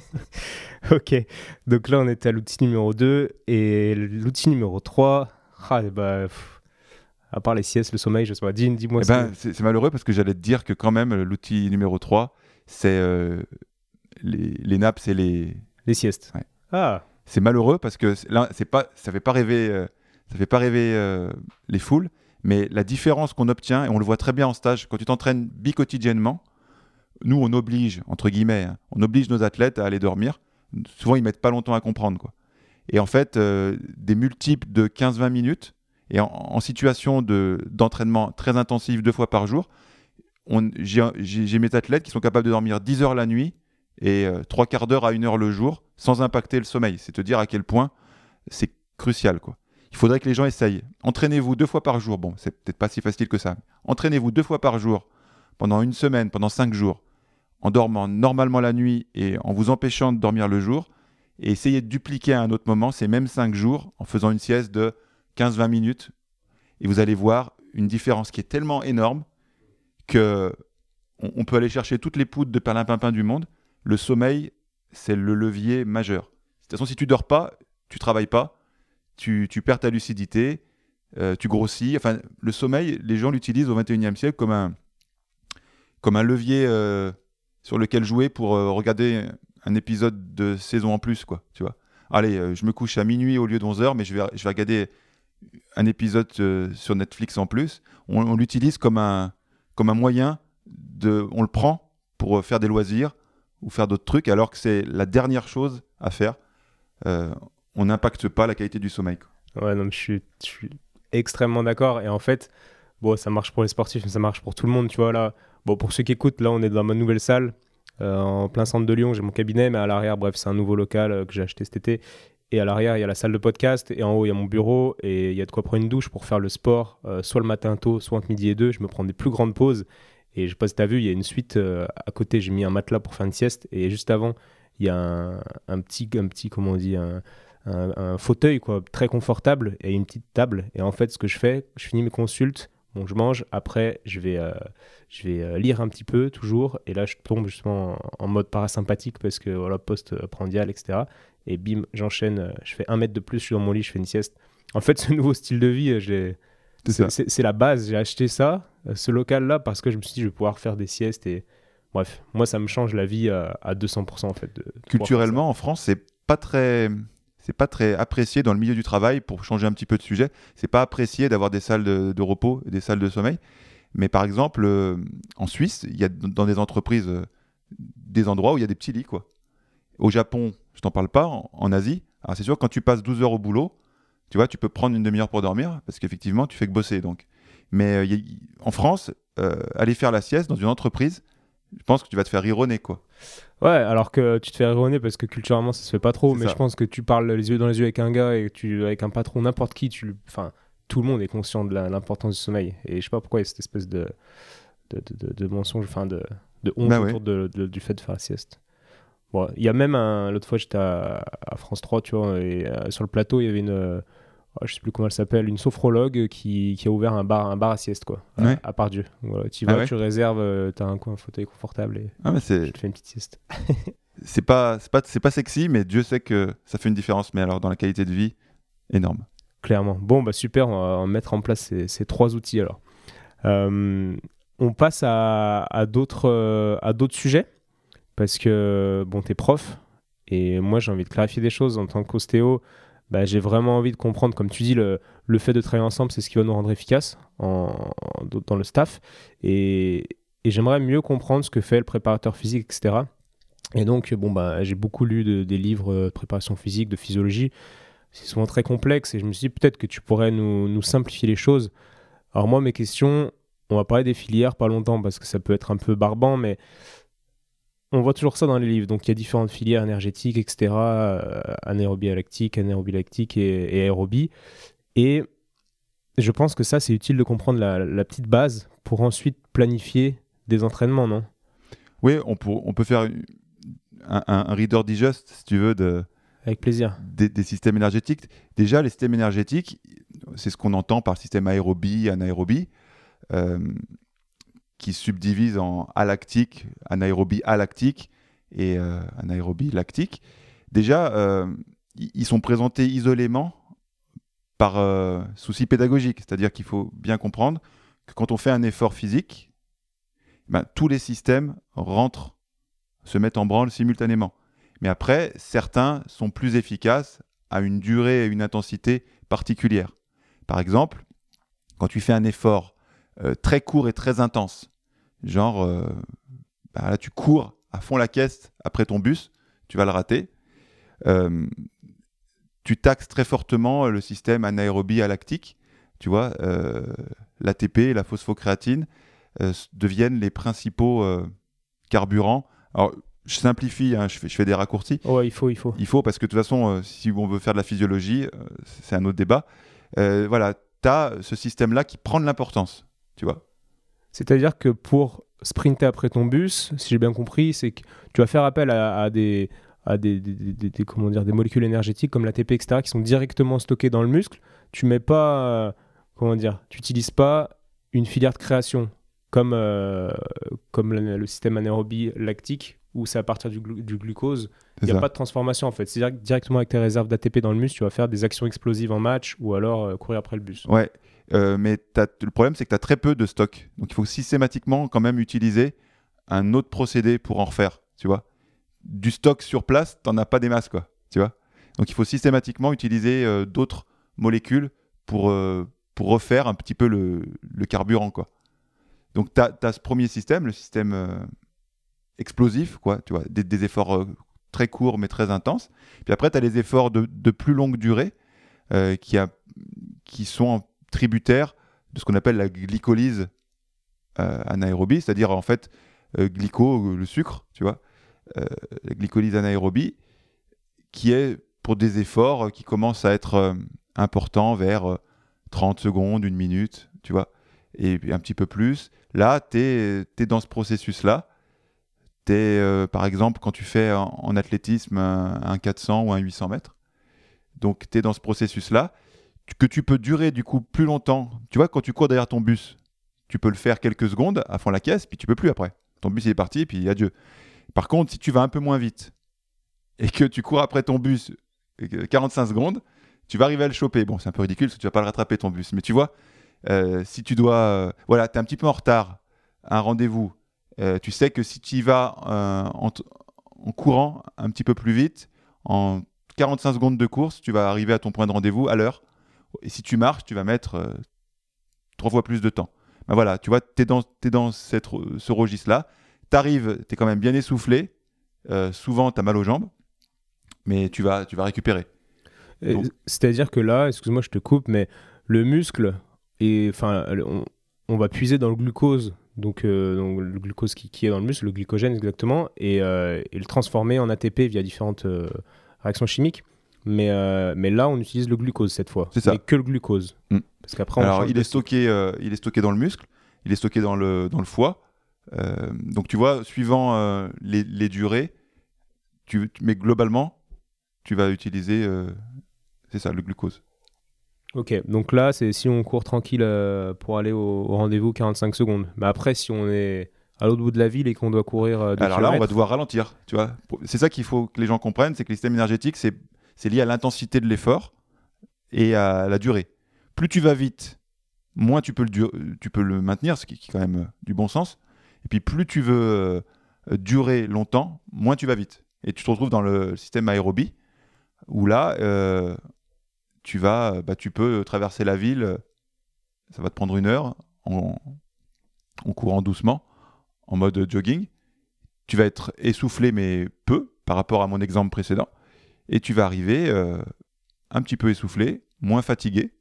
Ok, donc là, on était à l'outil numéro deux et l'outil numéro trois, ah, bah, pff, à part les siestes, le sommeil, je sais pas, dis, dis-moi. Eh ben, c'est, c'est malheureux parce que j'allais te dire que quand même, l'outil numéro trois, c'est euh, les, les nappes et les... Les siestes. Ouais. Ah. C'est malheureux parce que là, c'est pas, ça ne fait pas rêver, euh, ça fait pas rêver euh, les foules, mais la différence qu'on obtient, et on le voit très bien en stage, quand tu t'entraînes biquotidiennement, nous, on oblige, entre guillemets, hein, on oblige nos athlètes à aller dormir. Souvent, ils mettent pas longtemps à comprendre, quoi. Et en fait, euh, des multiples de quinze à vingt minutes, et en, en situation de, d'entraînement très intensif deux fois par jour, on, j'ai, j'ai, j'ai mes athlètes qui sont capables de dormir dix heures la nuit et euh, trois quarts d'heure à une heure le jour sans impacter le sommeil. C'est te dire à quel point c'est crucial, quoi. Il faudrait que les gens essayent. Entraînez-vous deux fois par jour. Bon, c'est peut-être pas si facile que ça. Entraînez-vous deux fois par jour pendant une semaine, pendant cinq jours, en dormant normalement la nuit et en vous empêchant de dormir le jour. Et essayez de dupliquer à un autre moment ces mêmes cinq jours en faisant une sieste de quinze vingt minutes et vous allez voir une différence qui est tellement énorme que on, on peut aller chercher toutes les poudres de perlimpinpin du monde. Le sommeil, c'est le levier majeur. De toute façon, si tu dors pas, tu travailles pas, tu, tu perds ta lucidité, euh, tu grossis. Enfin, le sommeil, les gens l'utilisent au vingt et unième siècle comme un, comme un levier euh, sur lequel jouer pour euh, regarder un épisode de saison en plus, quoi, tu vois. Allez, euh, je me couche à minuit au lieu de onze heures, mais je vais, je vais regarder un épisode euh, sur Netflix en plus. On, on l'utilise comme un, comme un moyen, de, on le prend pour euh, faire des loisirs ou faire d'autres trucs, alors que c'est la dernière chose à faire. Euh, on n'impacte pas la qualité du sommeil, quoi. Ouais, non, mais je suis, je suis extrêmement d'accord. Et en fait, bon, ça marche pour les sportifs, mais ça marche pour tout le monde, tu vois, là. Bon, pour ceux qui écoutent, là, on est dans ma nouvelle salle, euh, en plein centre de Lyon. J'ai mon cabinet, mais à l'arrière, bref, c'est un nouveau local euh, que j'ai acheté cet été. Et à l'arrière, il y a la salle de podcast. Et en haut, il y a mon bureau. Et il y a de quoi prendre une douche pour faire le sport, euh, soit le matin tôt, soit entre midi et deux. Je me prends des plus grandes pauses. Et je sais pas si tu as vu, il y a une suite euh, à côté. J'ai mis un matelas pour faire une sieste. Et juste avant, il y a un, un, petit, un petit, comment on dit, un, un, un fauteuil quoi, très confortable et une petite table. Et en fait, ce que je fais, je finis mes consultes. Bon, je mange, après je vais, euh, je vais euh, lire un petit peu toujours, et là je tombe justement en, en mode parasympathique parce que voilà, post-prandial, et cetera. Et bim, j'enchaîne, euh, je fais un mètre de plus, je suis dans mon lit, je fais une sieste. En fait, ce nouveau style de vie, euh, j'ai... C'est c'est, ça. c'est, c'est la base, j'ai acheté ça, euh, ce local-là, parce que je me suis dit je vais pouvoir faire des siestes, et bref, moi ça me change la vie à, à deux cents pour cent en fait. De, de Culturellement, en France, c'est pas très... c'est pas très apprécié dans le milieu du travail, pour changer un petit peu de sujet, c'est pas apprécié d'avoir des salles de, de repos, des salles de sommeil. Mais par exemple, euh, en Suisse, il y a dans des entreprises euh, des endroits où il y a des petits lits, quoi. Au Japon, je t'en parle pas, en, en Asie, alors c'est sûr, quand tu passes douze heures au boulot, tu vois, tu peux prendre une demi-heure pour dormir, parce qu'effectivement, tu fais que bosser, donc. Mais euh, y a, en France, euh, aller faire la sieste dans une entreprise, je pense que tu vas te faire rironner, quoi. Ouais, alors que tu te fais rironner parce que culturellement ça se fait pas trop, C'est mais ça. je pense que tu parles les yeux dans les yeux avec un gars et tu avec un patron, n'importe qui, tu, enfin, tout le monde est conscient de la, l'importance du sommeil. Et je sais pas pourquoi il y a cette espèce de de, de, de, de mensonge, enfin de, de honte Bah autour ouais. de, de, du fait de faire la sieste. Bon, il y a même un, l'autre fois j'étais à, à France trois, tu vois, et euh, sur le plateau il y avait une, euh, oh, je sais plus comment elle s'appelle, une sophrologue qui, qui a ouvert un bar, un bar à sieste quoi, à, Ouais. à Pardieu. Voilà, tu Ah vas, ouais. tu réserves, euh, t'as un coin, un fauteuil confortable et Ah, mais tu c'est, te fais une petite sieste. c'est pas, c'est pas, c'est pas sexy, mais Dieu sait que ça fait une différence. Mais alors, dans la qualité de vie, énorme. Clairement. Bon, bah super, on va mettre en place ces, ces trois outils alors. Euh, on passe à, à, d'autres, euh, à d'autres sujets, parce que, bon, t'es prof, et moi j'ai envie de clarifier des choses en tant qu'ostéo. Bah, j'ai vraiment envie de comprendre, comme tu dis, le, le fait de travailler ensemble, c'est ce qui va nous rendre efficaces en, en, dans le staff, et, et j'aimerais mieux comprendre ce que fait le préparateur physique, et cetera. Et donc, bon, bah, j'ai beaucoup lu de, des livres de préparation physique, de physiologie. C'est souvent très complexe et je me suis dit peut-être que tu pourrais nous, nous simplifier les choses. Alors moi, mes questions, on va parler des filières pas longtemps parce que ça peut être un peu barbant, mais on voit toujours ça dans les livres. Donc il y a différentes filières énergétiques, et cetera. Euh, anaérobie lactique, anaérobie lactique et, et aérobie. Et je pense que ça, c'est utile de comprendre la, la petite base pour ensuite planifier des entraînements, non ? Oui, on, pour, on peut faire un, un, un Reader Digest, si tu veux, de, Avec plaisir. des, des systèmes énergétiques. Déjà, les systèmes énergétiques, c'est ce qu'on entend par système aérobie, anaérobie, euh, qui subdivise en alactique, anaérobie alactique et euh, anaérobie lactique. Déjà, euh, ils sont présentés isolément par euh, souci pédagogique, c'est-à-dire qu'il faut bien comprendre que quand on fait un effort physique, ben, tous les systèmes rentrent, se mettent en branle simultanément. Mais après, certains sont plus efficaces à une durée et une intensité particulières. Par exemple, quand tu fais un effort euh, très court et très intense, genre, euh, bah là, tu cours à fond la caisse après ton bus, tu vas le rater, euh, tu taxes très fortement le système anaérobie alactique, tu vois, euh, l'A T P et la phosphocréatine euh, deviennent les principaux euh, carburants. Alors, je simplifie, hein, je, fais, je fais des raccourcis. Ouais, il faut, il faut. Il faut, parce que de toute façon, euh, si on veut faire de la physiologie, euh, c'est un autre débat. Euh, voilà, tu as ce système-là qui prend de l'importance, tu vois. C'est-à-dire que pour sprinter après ton bus, si j'ai bien compris, c'est que tu vas faire appel à, à, des, à des, des, des, des, comment dire, des molécules énergétiques comme l'A T P, et cetera, qui sont directement stockées dans le muscle. Tu mets pas, euh, comment dire, tu n'utilises pas une filière de création comme, euh, comme le, le système anaérobie lactique où c'est à partir du, glu- du glucose. Il n'y a pas de transformation en fait. C'est directement avec tes réserves d'A T P dans le muscle, tu vas faire des actions explosives en match ou alors euh, courir après le bus. Ouais, euh, mais t'as, le problème c'est que tu as très peu de stock. Donc il faut systématiquement quand même utiliser un autre procédé pour en refaire, tu vois. Du stock sur place, t'en as pas des masses, quoi, tu vois. Donc il faut systématiquement utiliser euh, d'autres molécules pour, euh, pour refaire un petit peu le, le carburant, quoi. Donc tu as ce premier système, le système euh, explosif, quoi, tu vois, des, des efforts euh, très courts mais très intenses. Puis après, tu as les efforts de, de plus longue durée euh, qui, a, qui sont tributaires de ce qu'on appelle la glycolyse euh, anaérobie, c'est-à-dire en fait euh, glyco, le sucre, tu vois, euh, la glycolyse anaérobie, qui est pour des efforts qui commencent à être euh, importants vers euh, trente secondes, une minute, tu vois, et un petit peu plus. Là, tu es dans ce processus-là. Tu es, euh, par exemple, quand tu fais en, en athlétisme un, un quatre cents ou un huit cents mètres. Donc, tu es dans ce processus-là, que tu peux durer du coup plus longtemps. Tu vois, quand tu cours derrière ton bus, tu peux le faire quelques secondes à fond la caisse, puis tu peux plus après. Ton bus il est parti, puis adieu. Par contre, si tu vas un peu moins vite et que tu cours après ton bus quarante-cinq secondes, tu vas arriver à le choper. Bon, c'est un peu ridicule parce que tu vas pas le rattraper ton bus. Mais tu vois, euh, si tu dois... Euh, voilà, tu es un petit peu en retard à un rendez-vous. Euh, tu sais que si tu y vas euh, en, t- en courant un petit peu plus vite, en quarante-cinq secondes de course, tu vas arriver à ton point de rendez-vous à l'heure. Et si tu marches, tu vas mettre euh, trois fois plus de temps. Ben voilà, tu vois, tu es dans, t'es dans cette, ce registre-là. Tu arrives, tu es quand même bien essoufflé. Euh, souvent, tu as mal aux jambes, mais tu vas, tu vas récupérer. Donc... C'est-à-dire que là, excuse-moi, je te coupe, mais le muscle, et, on, on va puiser dans le glucose, donc, euh, donc le glucose qui, qui est dans le muscle, le glycogène exactement, et, euh, et le transformer en A T P via différentes euh, réactions chimiques. Mais, euh, mais là, on utilise le glucose cette fois. C'est ça. Mais que le glucose. Mm. Parce qu'après, on Alors, change il de est, stocké, euh, il est stocké dans le muscle, il est stocké dans le, dans le foie. Euh, donc, tu vois, suivant euh, les, les durées, tu, mais globalement, tu vas utiliser, euh, c'est ça, le glucose. Ok, donc là, c'est si on court tranquille euh, pour aller au, au rendez-vous quarante-cinq secondes. Mais après, si on est à l'autre bout de la ville et qu'on doit courir euh, deux Alors kilomètres... là, on va devoir ralentir, tu vois. C'est ça qu'il faut que les gens comprennent, c'est que le système énergétique, c'est, c'est lié à l'intensité de l'effort et à la durée. Plus tu vas vite, moins tu peux le, dur- tu peux le maintenir, ce qui est quand même euh, du bon sens. Et puis plus tu veux euh, durer longtemps, moins tu vas vite. Et tu te retrouves dans le système aérobie, où là, euh, tu, vas, bah, tu peux traverser la ville, ça va te prendre une heure, en, en courant doucement, en mode jogging. Tu vas être essoufflé, mais peu, par rapport à mon exemple précédent. Et tu vas arriver euh, un petit peu essoufflé, moins fatigué,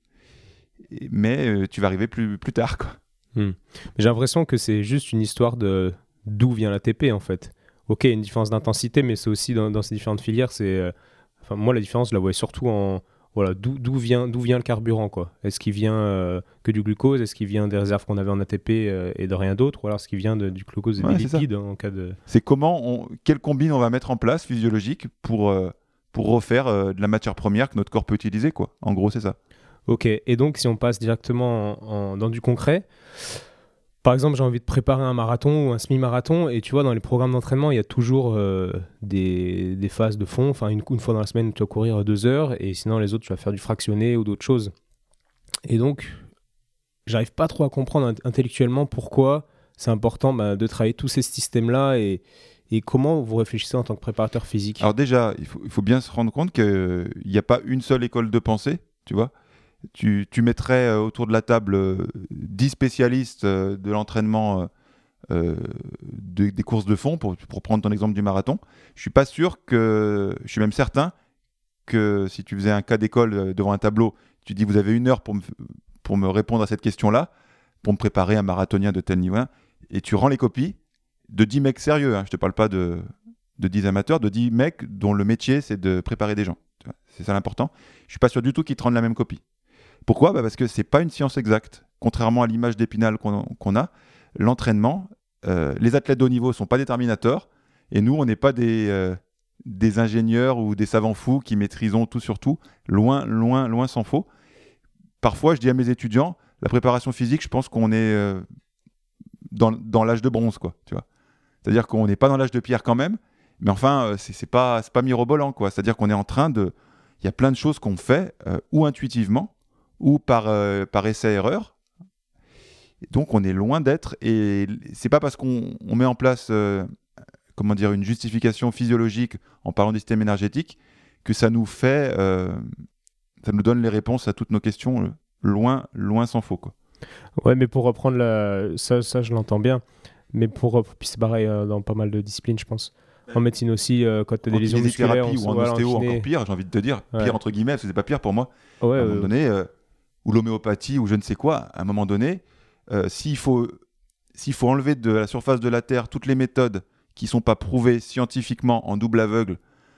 mais euh, tu vas arriver plus, plus tard, quoi. Hmm. J'ai l'impression que c'est juste une histoire de d'où vient l'A T P, en fait. Ok, il y a une différence d'intensité, mais c'est aussi dans, dans ces différentes filières, c'est... Euh, enfin, moi, la différence, je la vois surtout en... Voilà, d'où, d'où, vient, d'où vient le carburant, quoi. Est-ce qu'il vient euh, que du glucose? Est-ce qu'il vient des réserves qu'on avait en A T P euh, et de rien d'autre? Ou alors est-ce qu'il vient de, du glucose et Ouais, des c'est lipides, hein, en cas de... C'est comment, on, quelle combine on va mettre en place physiologique pour, euh, pour refaire euh, de la matière première que notre corps peut utiliser, quoi. En gros, c'est ça. Ok, et donc si on passe directement en, en, dans du concret, par exemple, j'ai envie de préparer un marathon ou un semi-marathon, et tu vois, dans les programmes d'entraînement, il y a toujours euh, des, des phases de fond. Enfin, une, une fois dans la semaine, tu vas courir deux heures, et sinon, les autres, tu vas faire du fractionné ou d'autres choses. Et donc, j'arrive pas trop à comprendre intellectuellement pourquoi c'est important bah, de travailler tous ces systèmes-là, et, et comment vous réfléchissez en tant que préparateur physique. Alors déjà, il faut, il faut bien se rendre compte qu'il n'y a pas une seule école de pensée, tu vois. Tu, tu mettrais euh, autour de la table euh, dix spécialistes euh, de l'entraînement euh, euh, de, des courses de fond, pour, pour prendre ton exemple du marathon. Je suis pas sûr que, je suis même certain que si tu faisais un cas d'école euh, devant un tableau, tu dis vous avez une heure pour me, pour me répondre à cette question-là, pour me préparer un marathonien de tel niveau, et tu rends les copies de dix mecs sérieux, hein, je te parle pas de, de dix amateurs, de dix mecs dont le métier c'est de préparer des gens. C'est ça l'important. Je suis pas sûr du tout qu'ils te rendent la même copie. Pourquoi ? Bah parce que c'est pas une science exacte. Contrairement à l'image d'Épinal qu'on, qu'on a, l'entraînement, euh, les athlètes de haut niveau sont pas des terminators, et nous, on n'est pas des, euh, des ingénieurs ou des savants fous qui maîtrisons tout sur tout. Loin, loin, loin s'en faut. Parfois, je dis à mes étudiants, la préparation physique, je pense qu'on est euh, dans, dans l'âge de bronze, quoi, tu vois. C'est-à-dire qu'on n'est pas dans l'âge de pierre quand même, mais enfin, euh, c'est, c'est pas, c'est pas mirobolant, quoi. C'est-à-dire qu'on est en train de... Il y a plein de choses qu'on fait, euh, ou intuitivement, ou par, euh, par essai-erreur. Donc, on est loin d'être, et c'est pas parce qu'on on met en place... Euh, comment dire, une justification physiologique en parlant du système énergétique, que ça nous fait, euh, ça nous donne les réponses à toutes nos questions, euh, loin, loin s'en faut, quoi. Ouais, mais pour reprendre la... ça, ça je l'entends bien, mais pour, puis c'est pareil euh, dans pas mal de disciplines, je pense. En médecine aussi, euh, quand tu as des lésions musculaires, ou en voilà, ostéo, en kiné... encore pire, j'ai envie de te dire, ouais. pire entre guillemets, parce que c'est pas pire pour moi, ouais, à un moment euh... donné, euh, ou l'homéopathie, ou je ne sais quoi, à un moment donné, euh, s'il faut, s'il faut enlever de la surface de la Terre toutes les méthodes qui ne sont pas prouvés scientifiquement en double aveugle,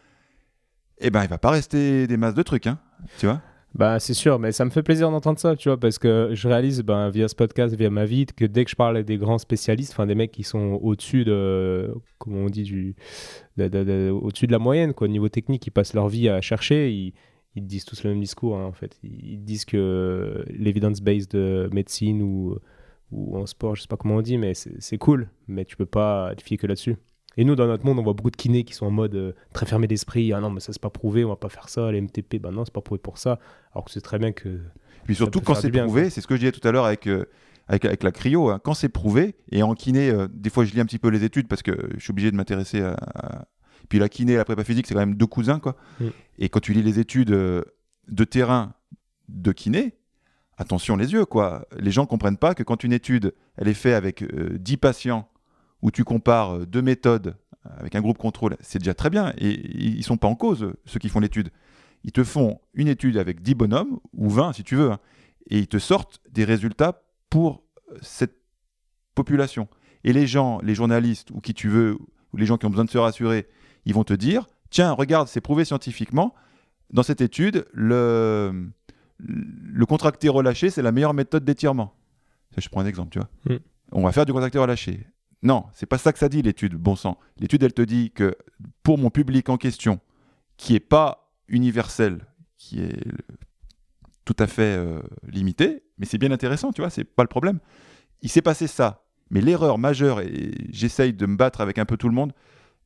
eh ben, il ne va pas rester des masses de trucs, hein, tu vois. Bah, c'est sûr, mais ça me fait plaisir d'entendre ça, tu vois, parce que je réalise ben, via ce podcast, via ma vie, que dès que je parle à des grands spécialistes, enfin des mecs qui sont au-dessus de, comment on dit, du, de, de, de, au-dessus de la moyenne, quoi, au niveau technique, ils passent leur vie à chercher, ils, ils disent tous le même discours, hein, en fait. Ils, ils disent que l'evidence-based médecine ou, ou en sport, je sais pas comment on dit, mais c'est, c'est cool, mais tu peux pas te fier que là-dessus. Et nous, dans notre monde, on voit beaucoup de kinés qui sont en mode euh, très fermé d'esprit. Ah non, mais ça, c'est pas prouvé, on va pas faire ça. Les M T P, ben non, c'est pas prouvé pour ça. Alors que c'est très bien que. Puis surtout, quand c'est bien, prouvé, quoi. C'est ce que je disais tout à l'heure avec, euh, avec, avec la cryo, hein, quand c'est prouvé, et en kiné, euh, des fois, je lis un petit peu les études parce que je suis obligé de m'intéresser à. à... Puis la kiné et la prépa physique, c'est quand même deux cousins, quoi. Mm. Et quand tu lis les études euh, de terrain de kiné, attention les yeux, quoi. Les gens comprennent pas que quand une étude, elle est faite avec euh, dix patients, où tu compares euh, deux méthodes avec un groupe contrôle, c'est déjà très bien. Et ils ne sont pas en cause, ceux qui font l'étude. Ils te font une étude avec dix bonhommes, ou vingt si tu veux, hein, et ils te sortent des résultats pour cette population. Et les gens, les journalistes, ou qui tu veux, ou les gens qui ont besoin de se rassurer, ils vont te dire, tiens, regarde, c'est prouvé scientifiquement, dans cette étude, le, le contracté relâché, c'est la meilleure méthode d'étirement. Je prends un exemple, tu vois. Mm. On va faire du contracté relâché. Non, c'est pas ça que ça dit l'étude, bon sang. L'étude, elle te dit que pour mon public en question, qui n'est pas universel, qui est tout à fait euh, limité, mais c'est bien intéressant, tu vois, c'est pas le problème. Il s'est passé ça, mais l'erreur majeure, et j'essaye de me battre avec un peu tout le monde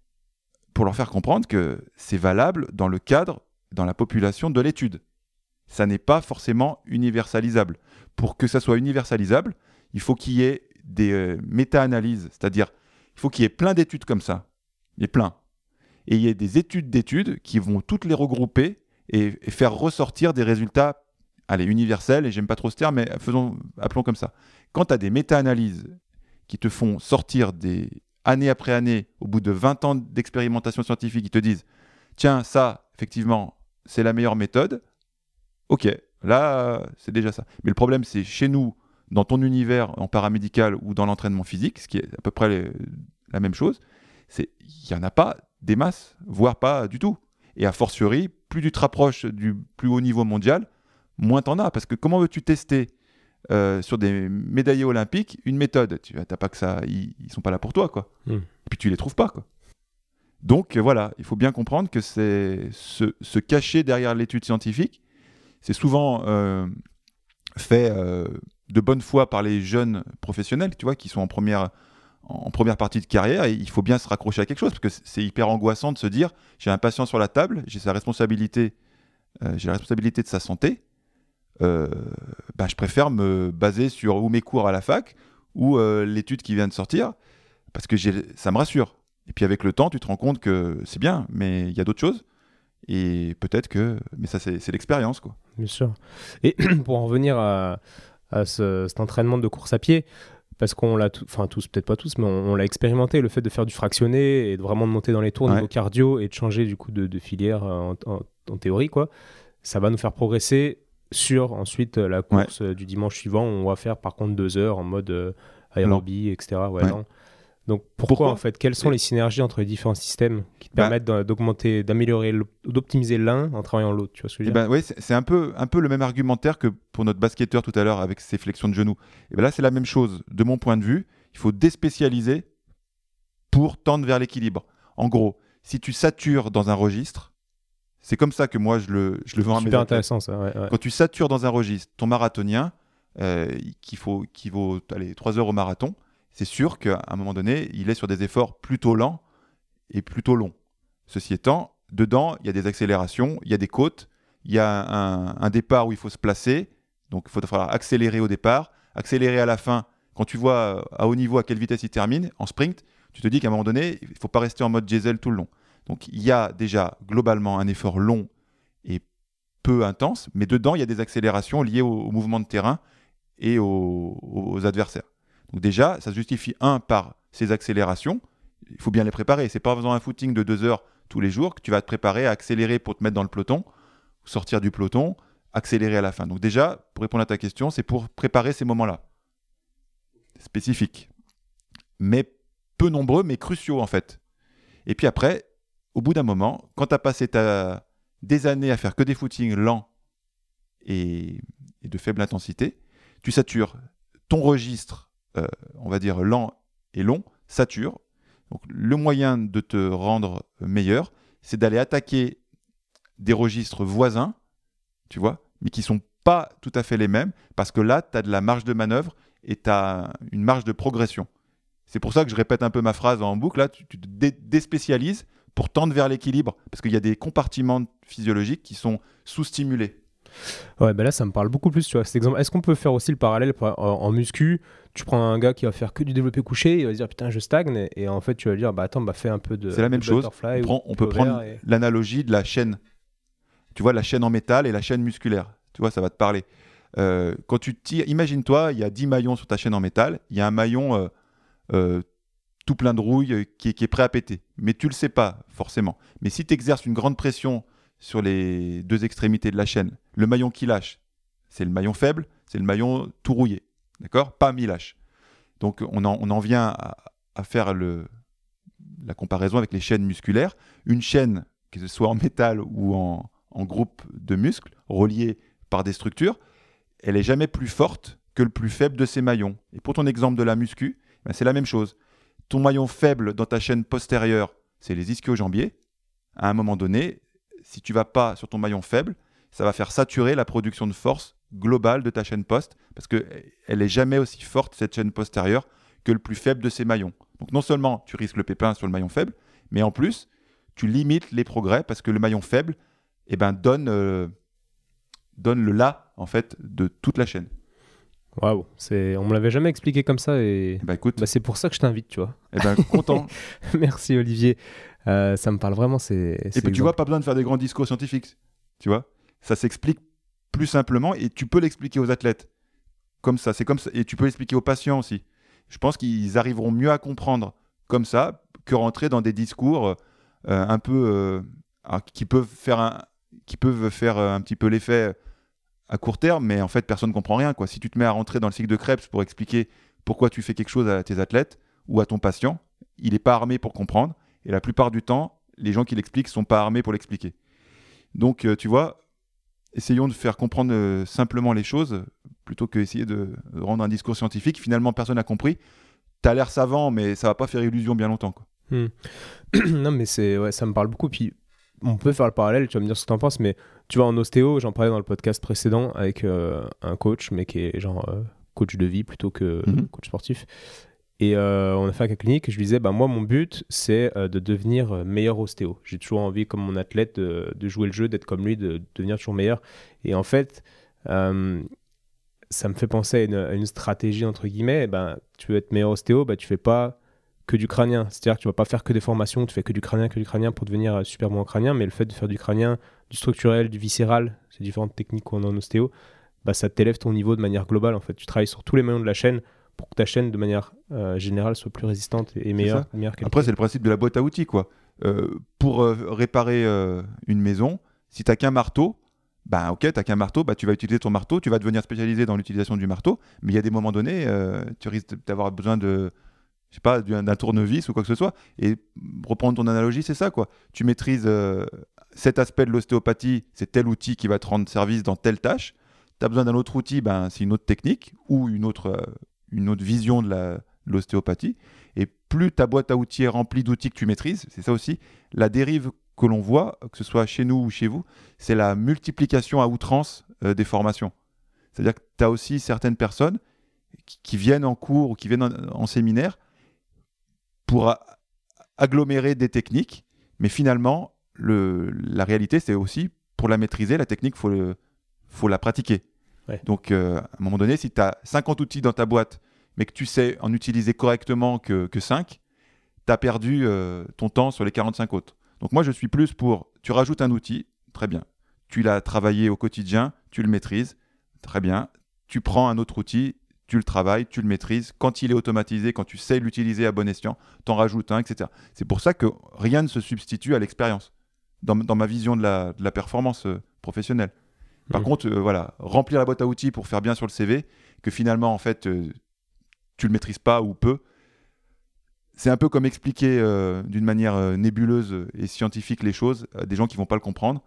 pour leur faire comprendre que c'est valable dans le cadre, dans la population de l'étude. Ça n'est pas forcément universalisable. Pour que ça soit universalisable, il faut qu'il y ait des euh, méta-analyses, c'est-à-dire il faut qu'il y ait plein d'études comme ça, il y ait plein, et il y ait des études d'études qui vont toutes les regrouper et, et faire ressortir des résultats, allez, universels, et j'aime pas trop ce terme, mais faisons, appelons comme ça. Quand tu as des méta-analyses qui te font sortir des année après année, au bout de vingt ans d'expérimentation scientifique, qui te disent, tiens, ça, effectivement, c'est la meilleure méthode, ok, là, c'est déjà ça. Mais le problème, c'est chez nous, dans ton univers en paramédical ou dans l'entraînement physique, ce qui est à peu près les, la même chose, c'est qu'il n'y en a pas des masses, voire pas du tout. Et a fortiori, plus tu te rapproches du plus haut niveau mondial, moins tu en as. Parce que comment veux-tu tester euh, sur des médaillés olympiques une méthode ? Tu n'as pas que ça, ils ne sont pas là pour toi, quoi. Mm. Et puis tu les trouves pas, quoi. Donc voilà, il faut bien comprendre que c'est se, se cacher derrière l'étude scientifique, c'est souvent euh, fait euh, de bonne foi par les jeunes professionnels, tu vois, qui sont en première, en première partie de carrière, et il faut bien se raccrocher à quelque chose, parce que c'est hyper angoissant de se dire, j'ai un patient sur la table, j'ai sa responsabilité, euh, j'ai la responsabilité de sa santé, euh, bah, je préfère me baser sur ou mes cours à la fac, ou euh, l'étude qui vient de sortir, parce que j'ai, ça me rassure. Et puis avec le temps, tu te rends compte que c'est bien, mais il y a d'autres choses. Et peut-être que... Mais ça, c'est, c'est l'expérience, quoi. Bien sûr. Et pour en revenir à, à ce, cet entraînement de course à pied, parce qu'on l'a... Enfin, tous, peut-être pas tous, mais on, on l'a expérimenté, le fait de faire du fractionné et de vraiment de monter dans les tours au ouais. niveau cardio et de changer du coup de, de filière en, en, en théorie, quoi. Ça va nous faire progresser sur, ensuite, la course ouais. du dimanche suivant. On va faire, par contre, deux heures en mode euh, aérobie, et cetera. Ouais, ouais. Non. Donc pourquoi, pourquoi en fait, quelles sont les synergies entre les différents systèmes qui te bah, permettent d'augmenter, d'améliorer, d'optimiser l'un en travaillant l'autre, tu vois ce que je veux dire ? Ben oui, c'est, c'est un peu, un peu le même argumentaire que pour notre basketteur tout à l'heure avec ses flexions de genoux. Et ben là, c'est la même chose. De mon point de vue, il faut déspécialiser pour tendre vers l'équilibre. En gros, si tu satures dans un registre, c'est comme ça que moi je le, je le vends à mes Super athlètes. intéressant ça. Ouais, ouais. Quand tu satures dans un registre, ton marathonien, euh, qui, faut, qui vaut allez, trois heures au marathon, c'est sûr qu'à un moment donné, il est sur des efforts plutôt lents et plutôt longs. Ceci étant, dedans, il y a des accélérations, il y a des côtes, il y a un, un départ où il faut se placer, donc il faut falloir accélérer au départ, accélérer à la fin. Quand tu vois à haut niveau à quelle vitesse il termine, en sprint, tu te dis qu'à un moment donné, il ne faut pas rester en mode diesel tout le long. Donc il y a déjà globalement un effort long et peu intense, mais dedans, il y a des accélérations liées au, au mouvement de terrain et aux, aux adversaires. Donc déjà, ça se justifie, un, par ces accélérations. Il faut bien les préparer. Ce n'est pas en faisant un footing de deux heures tous les jours que tu vas te préparer à accélérer pour te mettre dans le peloton, sortir du peloton, accélérer à la fin. Donc déjà, pour répondre à ta question, c'est pour préparer ces moments-là. Spécifiques. Mais peu nombreux, mais cruciaux en fait. Et puis après, au bout d'un moment, quand tu as passé ta... des années à faire que des footings lents et, et de faible intensité, tu satures ton registre, euh, on va dire lent et long, sature. Donc le moyen de te rendre meilleur, c'est d'aller attaquer des registres voisins, tu vois, mais qui ne sont pas tout à fait les mêmes, parce que là, tu as de la marge de manœuvre et tu as une marge de progression. C'est pour ça que je répète un peu ma phrase en boucle, là, tu, tu te dé- déspécialises pour tendre vers l'équilibre, parce qu'il y a des compartiments physiologiques qui sont sous-stimulés. Ouais, ben là, ça me parle beaucoup plus, tu vois, cet exemple. Est-ce qu'on peut faire aussi le parallèle en, en muscu? Tu prends un gars qui va faire que du développé couché, il va se dire putain, je stagne, et, et en fait, tu vas lui dire bah attends, bah fais un peu de. C'est la même de chose. On, prend, on peut prendre et... l'analogie de la chaîne. Tu vois, la chaîne en métal et la chaîne musculaire. Tu vois, ça va te parler. Euh, quand tu tires, imagine-toi, il y a dix maillons sur ta chaîne en métal, il y a un maillon euh, euh, tout plein de rouille euh, qui, est, qui est prêt à péter. Mais tu ne le sais pas, forcément. Mais si tu exerces une grande pression sur les deux extrémités de la chaîne, le maillon qui lâche, c'est le maillon faible, c'est le maillon tout rouillé. D'accord ? Pas mi-lâche. Donc, on en, on en vient à, à faire le, la comparaison avec les chaînes musculaires. Une chaîne, que ce soit en métal ou en, en groupe de muscles, reliés par des structures, elle n'est jamais plus forte que le plus faible de ses maillons. Et pour ton exemple de la muscu, ben c'est la même chose. Ton maillon faible dans ta chaîne postérieure, c'est les ischio-jambiers. À un moment donné, si tu ne vas pas sur ton maillon faible, ça va faire saturer la production de force globale de ta chaîne post, parce qu'elle n'est jamais aussi forte, cette chaîne postérieure, que le plus faible de ses maillons. Donc non seulement tu risques le pépin sur le maillon faible, mais en plus, tu limites les progrès, parce que le maillon faible eh ben, donne, euh, donne le là, en fait, de toute la chaîne. Waouh, c'est... on me l'avait jamais expliqué comme ça, et bah, écoute, bah, c'est pour ça que je t'invite, tu vois. Eh ben, content. Merci Olivier, euh, ça me parle vraiment. C'est, et puis tu vois, pas besoin de faire des grands discours scientifiques, tu vois. Ça s'explique plus simplement, et tu peux l'expliquer aux athlètes comme ça. C'est comme ça, et tu peux l'expliquer aux patients aussi. Je pense qu'ils arriveront mieux à comprendre comme ça que rentrer dans des discours euh, un peu euh, alors, qui peuvent faire un, qui peuvent faire un petit peu l'effet à court terme, mais en fait personne ne comprend rien, quoi. Si tu te mets à rentrer dans le cycle de Krebs pour expliquer pourquoi tu fais quelque chose à tes athlètes ou à ton patient, il n'est pas armé pour comprendre, et la plupart du temps, les gens qui l'expliquent ne sont pas armés pour l'expliquer. Donc, euh, tu vois, essayons de faire comprendre euh, simplement les choses, plutôt qu'essayer de, de rendre un discours scientifique. Finalement, personne n'a compris. Tu as l'air savant, mais ça ne va pas faire illusion bien longtemps, quoi. Hmm. Non, mais c'est, ouais, ça me parle beaucoup. Puis, on peut faire le parallèle, tu vas me dire ce que tu en penses, mais tu vois, en ostéo, j'en parlais dans le podcast précédent avec euh, un coach, mais qui est genre euh, coach de vie plutôt que mm-hmm. coach sportif. Et euh, on a fait un cas clinique et je lui disais, bah, moi, mon but, c'est euh, de devenir meilleur ostéo. J'ai toujours envie, comme mon athlète, de, de jouer le jeu, d'être comme lui, de, de devenir toujours meilleur. Et en fait, euh, ça me fait penser à une, à une stratégie, entre guillemets. Ben, tu veux être meilleur ostéo, ben, tu fais pas que du crânien. C'est-à-dire que tu vas pas faire que des formations, tu fais que du crânien, que du crânien pour devenir super bon en crânien. Mais le fait de faire du crânien, du structurel, du viscéral, ces différentes techniques qu'on a en ostéo, ben, ça t'élève ton niveau de manière globale. En fait, tu travailles sur tous les maillons de la chaîne pour que ta chaîne, de manière euh, générale, soit plus résistante et meilleure. meilleure Après, c'est le principe de la boîte à outils, quoi. Euh, pour euh, réparer euh, une maison, si tu n'as qu'un marteau, bah, ok, tu n'as qu'un marteau, bah, tu vas utiliser ton marteau, tu vas devenir spécialisé dans l'utilisation du marteau, mais il y a des moments donnés, euh, tu risques d'avoir besoin de, je sais pas, d'un tournevis ou quoi que ce soit. Et reprendre ton analogie, c'est ça, quoi. Tu maîtrises euh, cet aspect de l'ostéopathie, c'est tel outil qui va te rendre service dans telle tâche. Tu as besoin d'un autre outil, ben, c'est une autre technique ou une autre... Euh, une autre vision de, la, de l'ostéopathie. Et plus ta boîte à outils est remplie d'outils que tu maîtrises, c'est ça aussi, la dérive que l'on voit, que ce soit chez nous ou chez vous, c'est la multiplication à outrance euh, des formations. C'est-à-dire que tu as aussi certaines personnes qui, qui viennent en cours ou qui viennent en, en séminaire pour a, agglomérer des techniques, mais finalement, le, la réalité, c'est aussi, pour la maîtriser, la technique, il faut, le, faut la pratiquer. Ouais. Donc, euh, à un moment donné, si tu as cinquante outils dans ta boîte, mais que tu sais en utiliser correctement que, que cinq, tu as perdu euh, ton temps sur les quarante-cinq autres. Donc moi, je suis plus pour, tu rajoutes un outil, très bien. Tu l'as travaillé au quotidien, tu le maîtrises, très bien. Tu prends un autre outil, tu le travailles, tu le maîtrises. Quand il est automatisé, quand tu sais l'utiliser à bon escient, tu en rajoutes un, et cetera. C'est pour ça que rien ne se substitue à l'expérience, dans, dans ma vision de la, de la performance euh, professionnelle. Par mmh. contre, euh, voilà, remplir la boîte à outils pour faire bien sur le C V, que finalement, en fait, euh, tu ne le maîtrises pas ou peu, c'est un peu comme expliquer euh, d'une manière euh, nébuleuse et scientifique les choses à des gens qui ne vont pas le comprendre.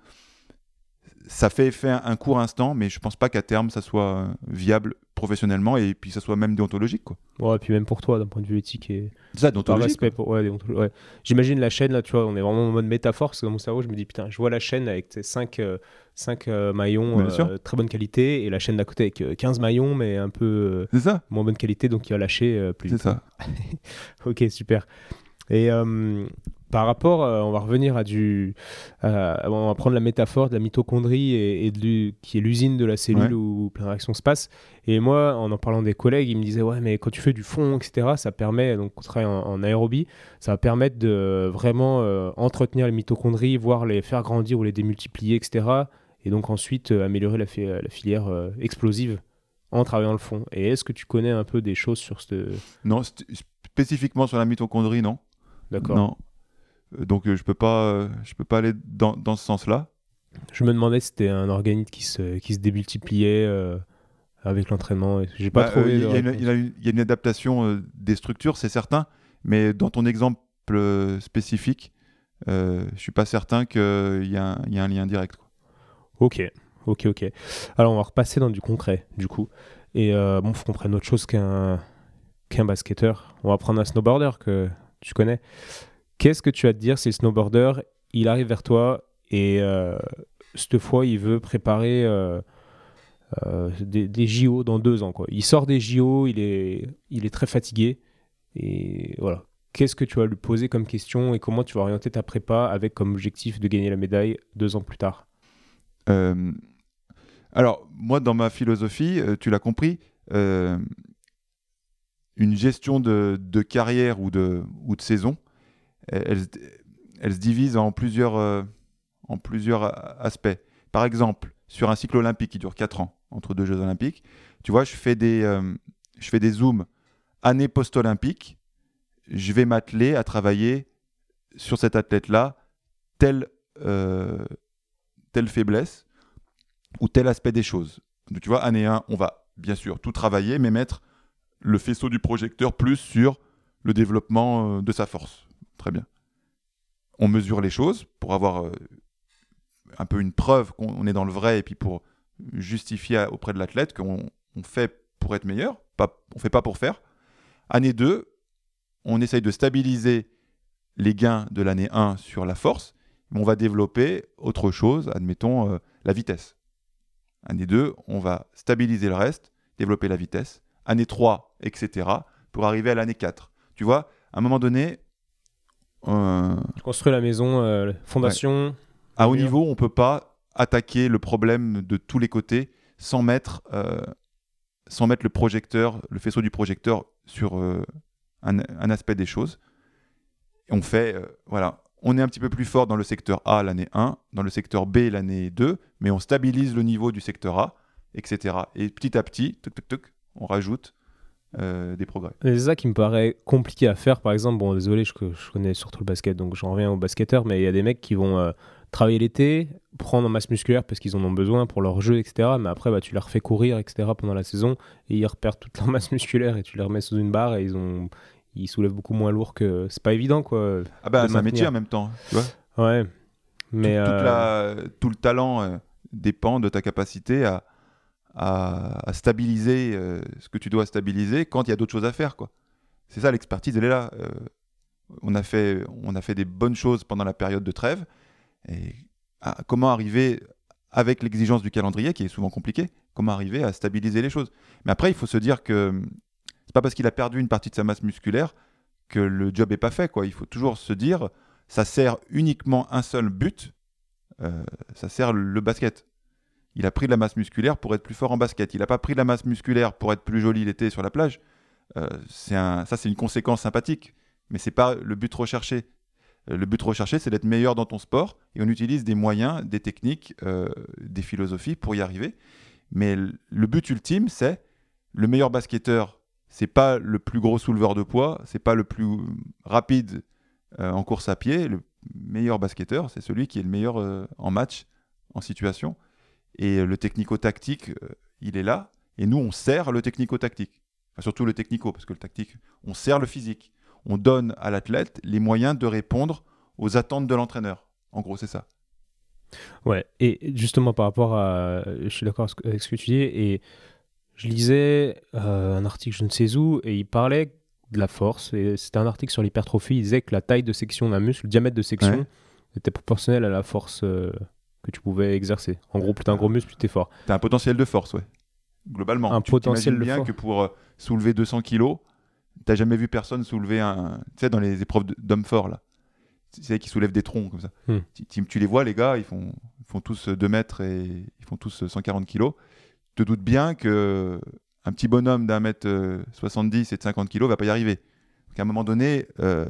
Ça fait effet un, un court instant, mais je ne pense pas qu'à terme, ça soit euh, viable professionnellement et puis ça soit même déontologique, quoi. Ouais, et puis même pour toi, d'un point de vue éthique et ça, déontologique, respect pour... ouais, déontolo... ouais. J'imagine la chaîne, là, tu vois, on est vraiment en mode métaphore, parce que dans mon cerveau, je me dis, putain, je vois la chaîne avec tes cinq euh, maillons euh, très bonne qualité, et la chaîne d'à côté avec euh, quinze maillons, mais un peu euh, ça. moins bonne qualité, donc il va lâcher euh, plus vite. C'est ça. Ok, super. Et euh, par rapport, euh, on va revenir à du... Euh, on va prendre la métaphore de la mitochondrie et, et de, qui est l'usine de la cellule ouais. où plein de réactions se passent. Et moi, en en parlant des collègues, ils me disaient « Ouais, mais quand tu fais du fond, et cetera, ça permet, donc on travaille en, en aérobie, ça va permettre de vraiment euh, entretenir les mitochondries, voire les faire grandir ou les démultiplier, et cetera. Et donc ensuite, euh, améliorer la, fi- la filière euh, explosive en travaillant le fond. Et est-ce que tu connais un peu des choses sur ce... Non, st- spécifiquement sur la mitochondrie, non. D'accord. Non. Donc euh, je peux pas, euh, je peux pas aller dans, dans ce sens-là. Je me demandais si c'était un organisme qui se, qui se démultipliait euh, avec l'entraînement. J'ai pas bah, trouvé. Il euh, y, y, y a une adaptation euh, des structures, c'est certain, mais dans ton exemple euh, spécifique, euh, je suis pas certain qu'il y, y a un lien direct, quoi. Ok, ok, ok. Alors on va repasser dans du concret, du coup. Et euh, bon, faut qu'on prenne autre chose qu'un qu'un basketteur. On va prendre un snowboarder que tu connais. Qu'est-ce que tu as à te dire si le snowboarder, il arrive vers toi et euh, cette fois, il veut préparer euh, euh, des, des J O dans deux ans, quoi. Il sort des J O, il est, il est très fatigué. Et voilà. Qu'est-ce que tu vas lui poser comme question et comment tu vas orienter ta prépa avec comme objectif de gagner la médaille deux ans plus tard ? euh, Alors, moi, dans ma philosophie, euh, tu l'as compris, euh, une gestion de, de carrière ou de, ou de saison, Elle, elle se divise en plusieurs, euh, en plusieurs aspects. Par exemple, sur un cycle olympique qui dure quatre ans, entre deux Jeux olympiques, tu vois, je fais des, euh, je fais des zooms année post-olympique, je vais m'atteler à travailler sur cet athlète-là, telle, euh, telle faiblesse ou tel aspect des choses. Donc, tu vois, année un, on va bien sûr tout travailler, mais mettre le faisceau du projecteur plus sur le développement euh, de sa force. Très bien. On mesure les choses pour avoir euh, un peu une preuve qu'on est dans le vrai et puis pour justifier auprès de l'athlète qu'on on fait pour être meilleur, pas, on ne fait pas pour faire. Année deux, on essaye de stabiliser les gains de l'année un sur la force, mais on va développer autre chose, admettons euh, la vitesse. Année deux, on va stabiliser le reste, développer la vitesse. Année trois, et cetera, pour arriver à l'année quatre. Tu vois, à un moment donné, Euh... Tu construis la maison, euh, fondation. Ouais. À haut niveau, on ne peut pas attaquer le problème de tous les côtés sans mettre, euh, sans mettre le projecteur, le faisceau du projecteur sur euh, un, un aspect des choses. Et on fait, euh, voilà, on est un petit peu plus fort dans le secteur A l'année un, dans le secteur B l'année deux, mais on stabilise le niveau du secteur A, et cetera. Et petit à petit, tuc, tuc, tuc, on rajoute Euh, des progrès. C'est ça qui me paraît compliqué à faire. Par exemple, bon, désolé, je, je connais surtout le basket, donc j'en reviens aux basketteurs, mais il y a des mecs qui vont euh, travailler l'été, prendre en masse musculaire parce qu'ils en ont besoin pour leur jeu, et cetera. Mais après, bah, tu leur fais courir, et cetera pendant la saison et ils repèrent toute leur masse musculaire et tu les remets sous une barre et ils, ont... ils soulèvent beaucoup moins lourd que... C'est pas évident, quoi. Ah bah, c'est maintenir. Un métier en même temps, tu vois. Ouais. Mais tout, euh... toute la... tout le talent euh, dépend de ta capacité à À, à stabiliser euh, ce que tu dois stabiliser quand il y a d'autres choses à faire, quoi. C'est ça, l'expertise, elle est là. Euh, on, a fait, on a fait des bonnes choses pendant la période de trêve. Et ah, comment arriver, avec l'exigence du calendrier, qui est souvent compliqué, comment arriver à stabiliser les choses. Mais après, il faut se dire que c'est pas parce qu'il a perdu une partie de sa masse musculaire que le job n'est pas fait, quoi. Il faut toujours se dire, ça sert uniquement un seul but, euh, ça sert le basket. Il a pris de la masse musculaire pour être plus fort en basket. Il n'a pas pris de la masse musculaire pour être plus joli l'été sur la plage. Euh, c'est un, ça, c'est une conséquence sympathique, mais ce n'est pas le but recherché. Euh, le but recherché, c'est d'être meilleur dans ton sport, et on utilise des moyens, des techniques, euh, des philosophies pour y arriver. Mais le but ultime, c'est le meilleur basketteur. C'est pas le plus gros souleveur de poids, c'est pas le plus rapide euh, en course à pied. Le meilleur basketteur, c'est celui qui est le meilleur euh, en match, en situation. Et euh, le technico-tactique, euh, il est là. Et nous, on sert le technico-tactique. Enfin, surtout le technico, parce que le tactique, on sert le physique. On donne à l'athlète les moyens de répondre aux attentes de l'entraîneur. En gros, c'est ça. Ouais, et justement par rapport à... Je suis d'accord avec ce que tu dis, et je lisais euh, un article je ne sais où, et il parlait de la force, et c'était un article sur l'hypertrophie, il disait que la taille de section d'un muscle, le diamètre de section, ouais. était proportionnel à la force euh, que tu pouvais exercer. En gros, plus t'as un gros muscle, plus t'es fort. T'as un potentiel de force, ouais. Globalement. Un tu potentiel de bien force. Que pour euh, soulever deux cents kilos, t'as jamais vu personne soulever un... Tu sais, dans les épreuves d'hommes forts, là. Tu sais, qui soulèvent des troncs, comme ça. Hmm. Tu, tu, tu les vois, les gars, ils font, ils font tous deux mètres et ils font tous cent quarante kilos. Tu te doutes bien qu'un petit bonhomme d'un mètre soixante-dix et de cinquante kilos va pas y arriver. Donc, à un moment donné, euh,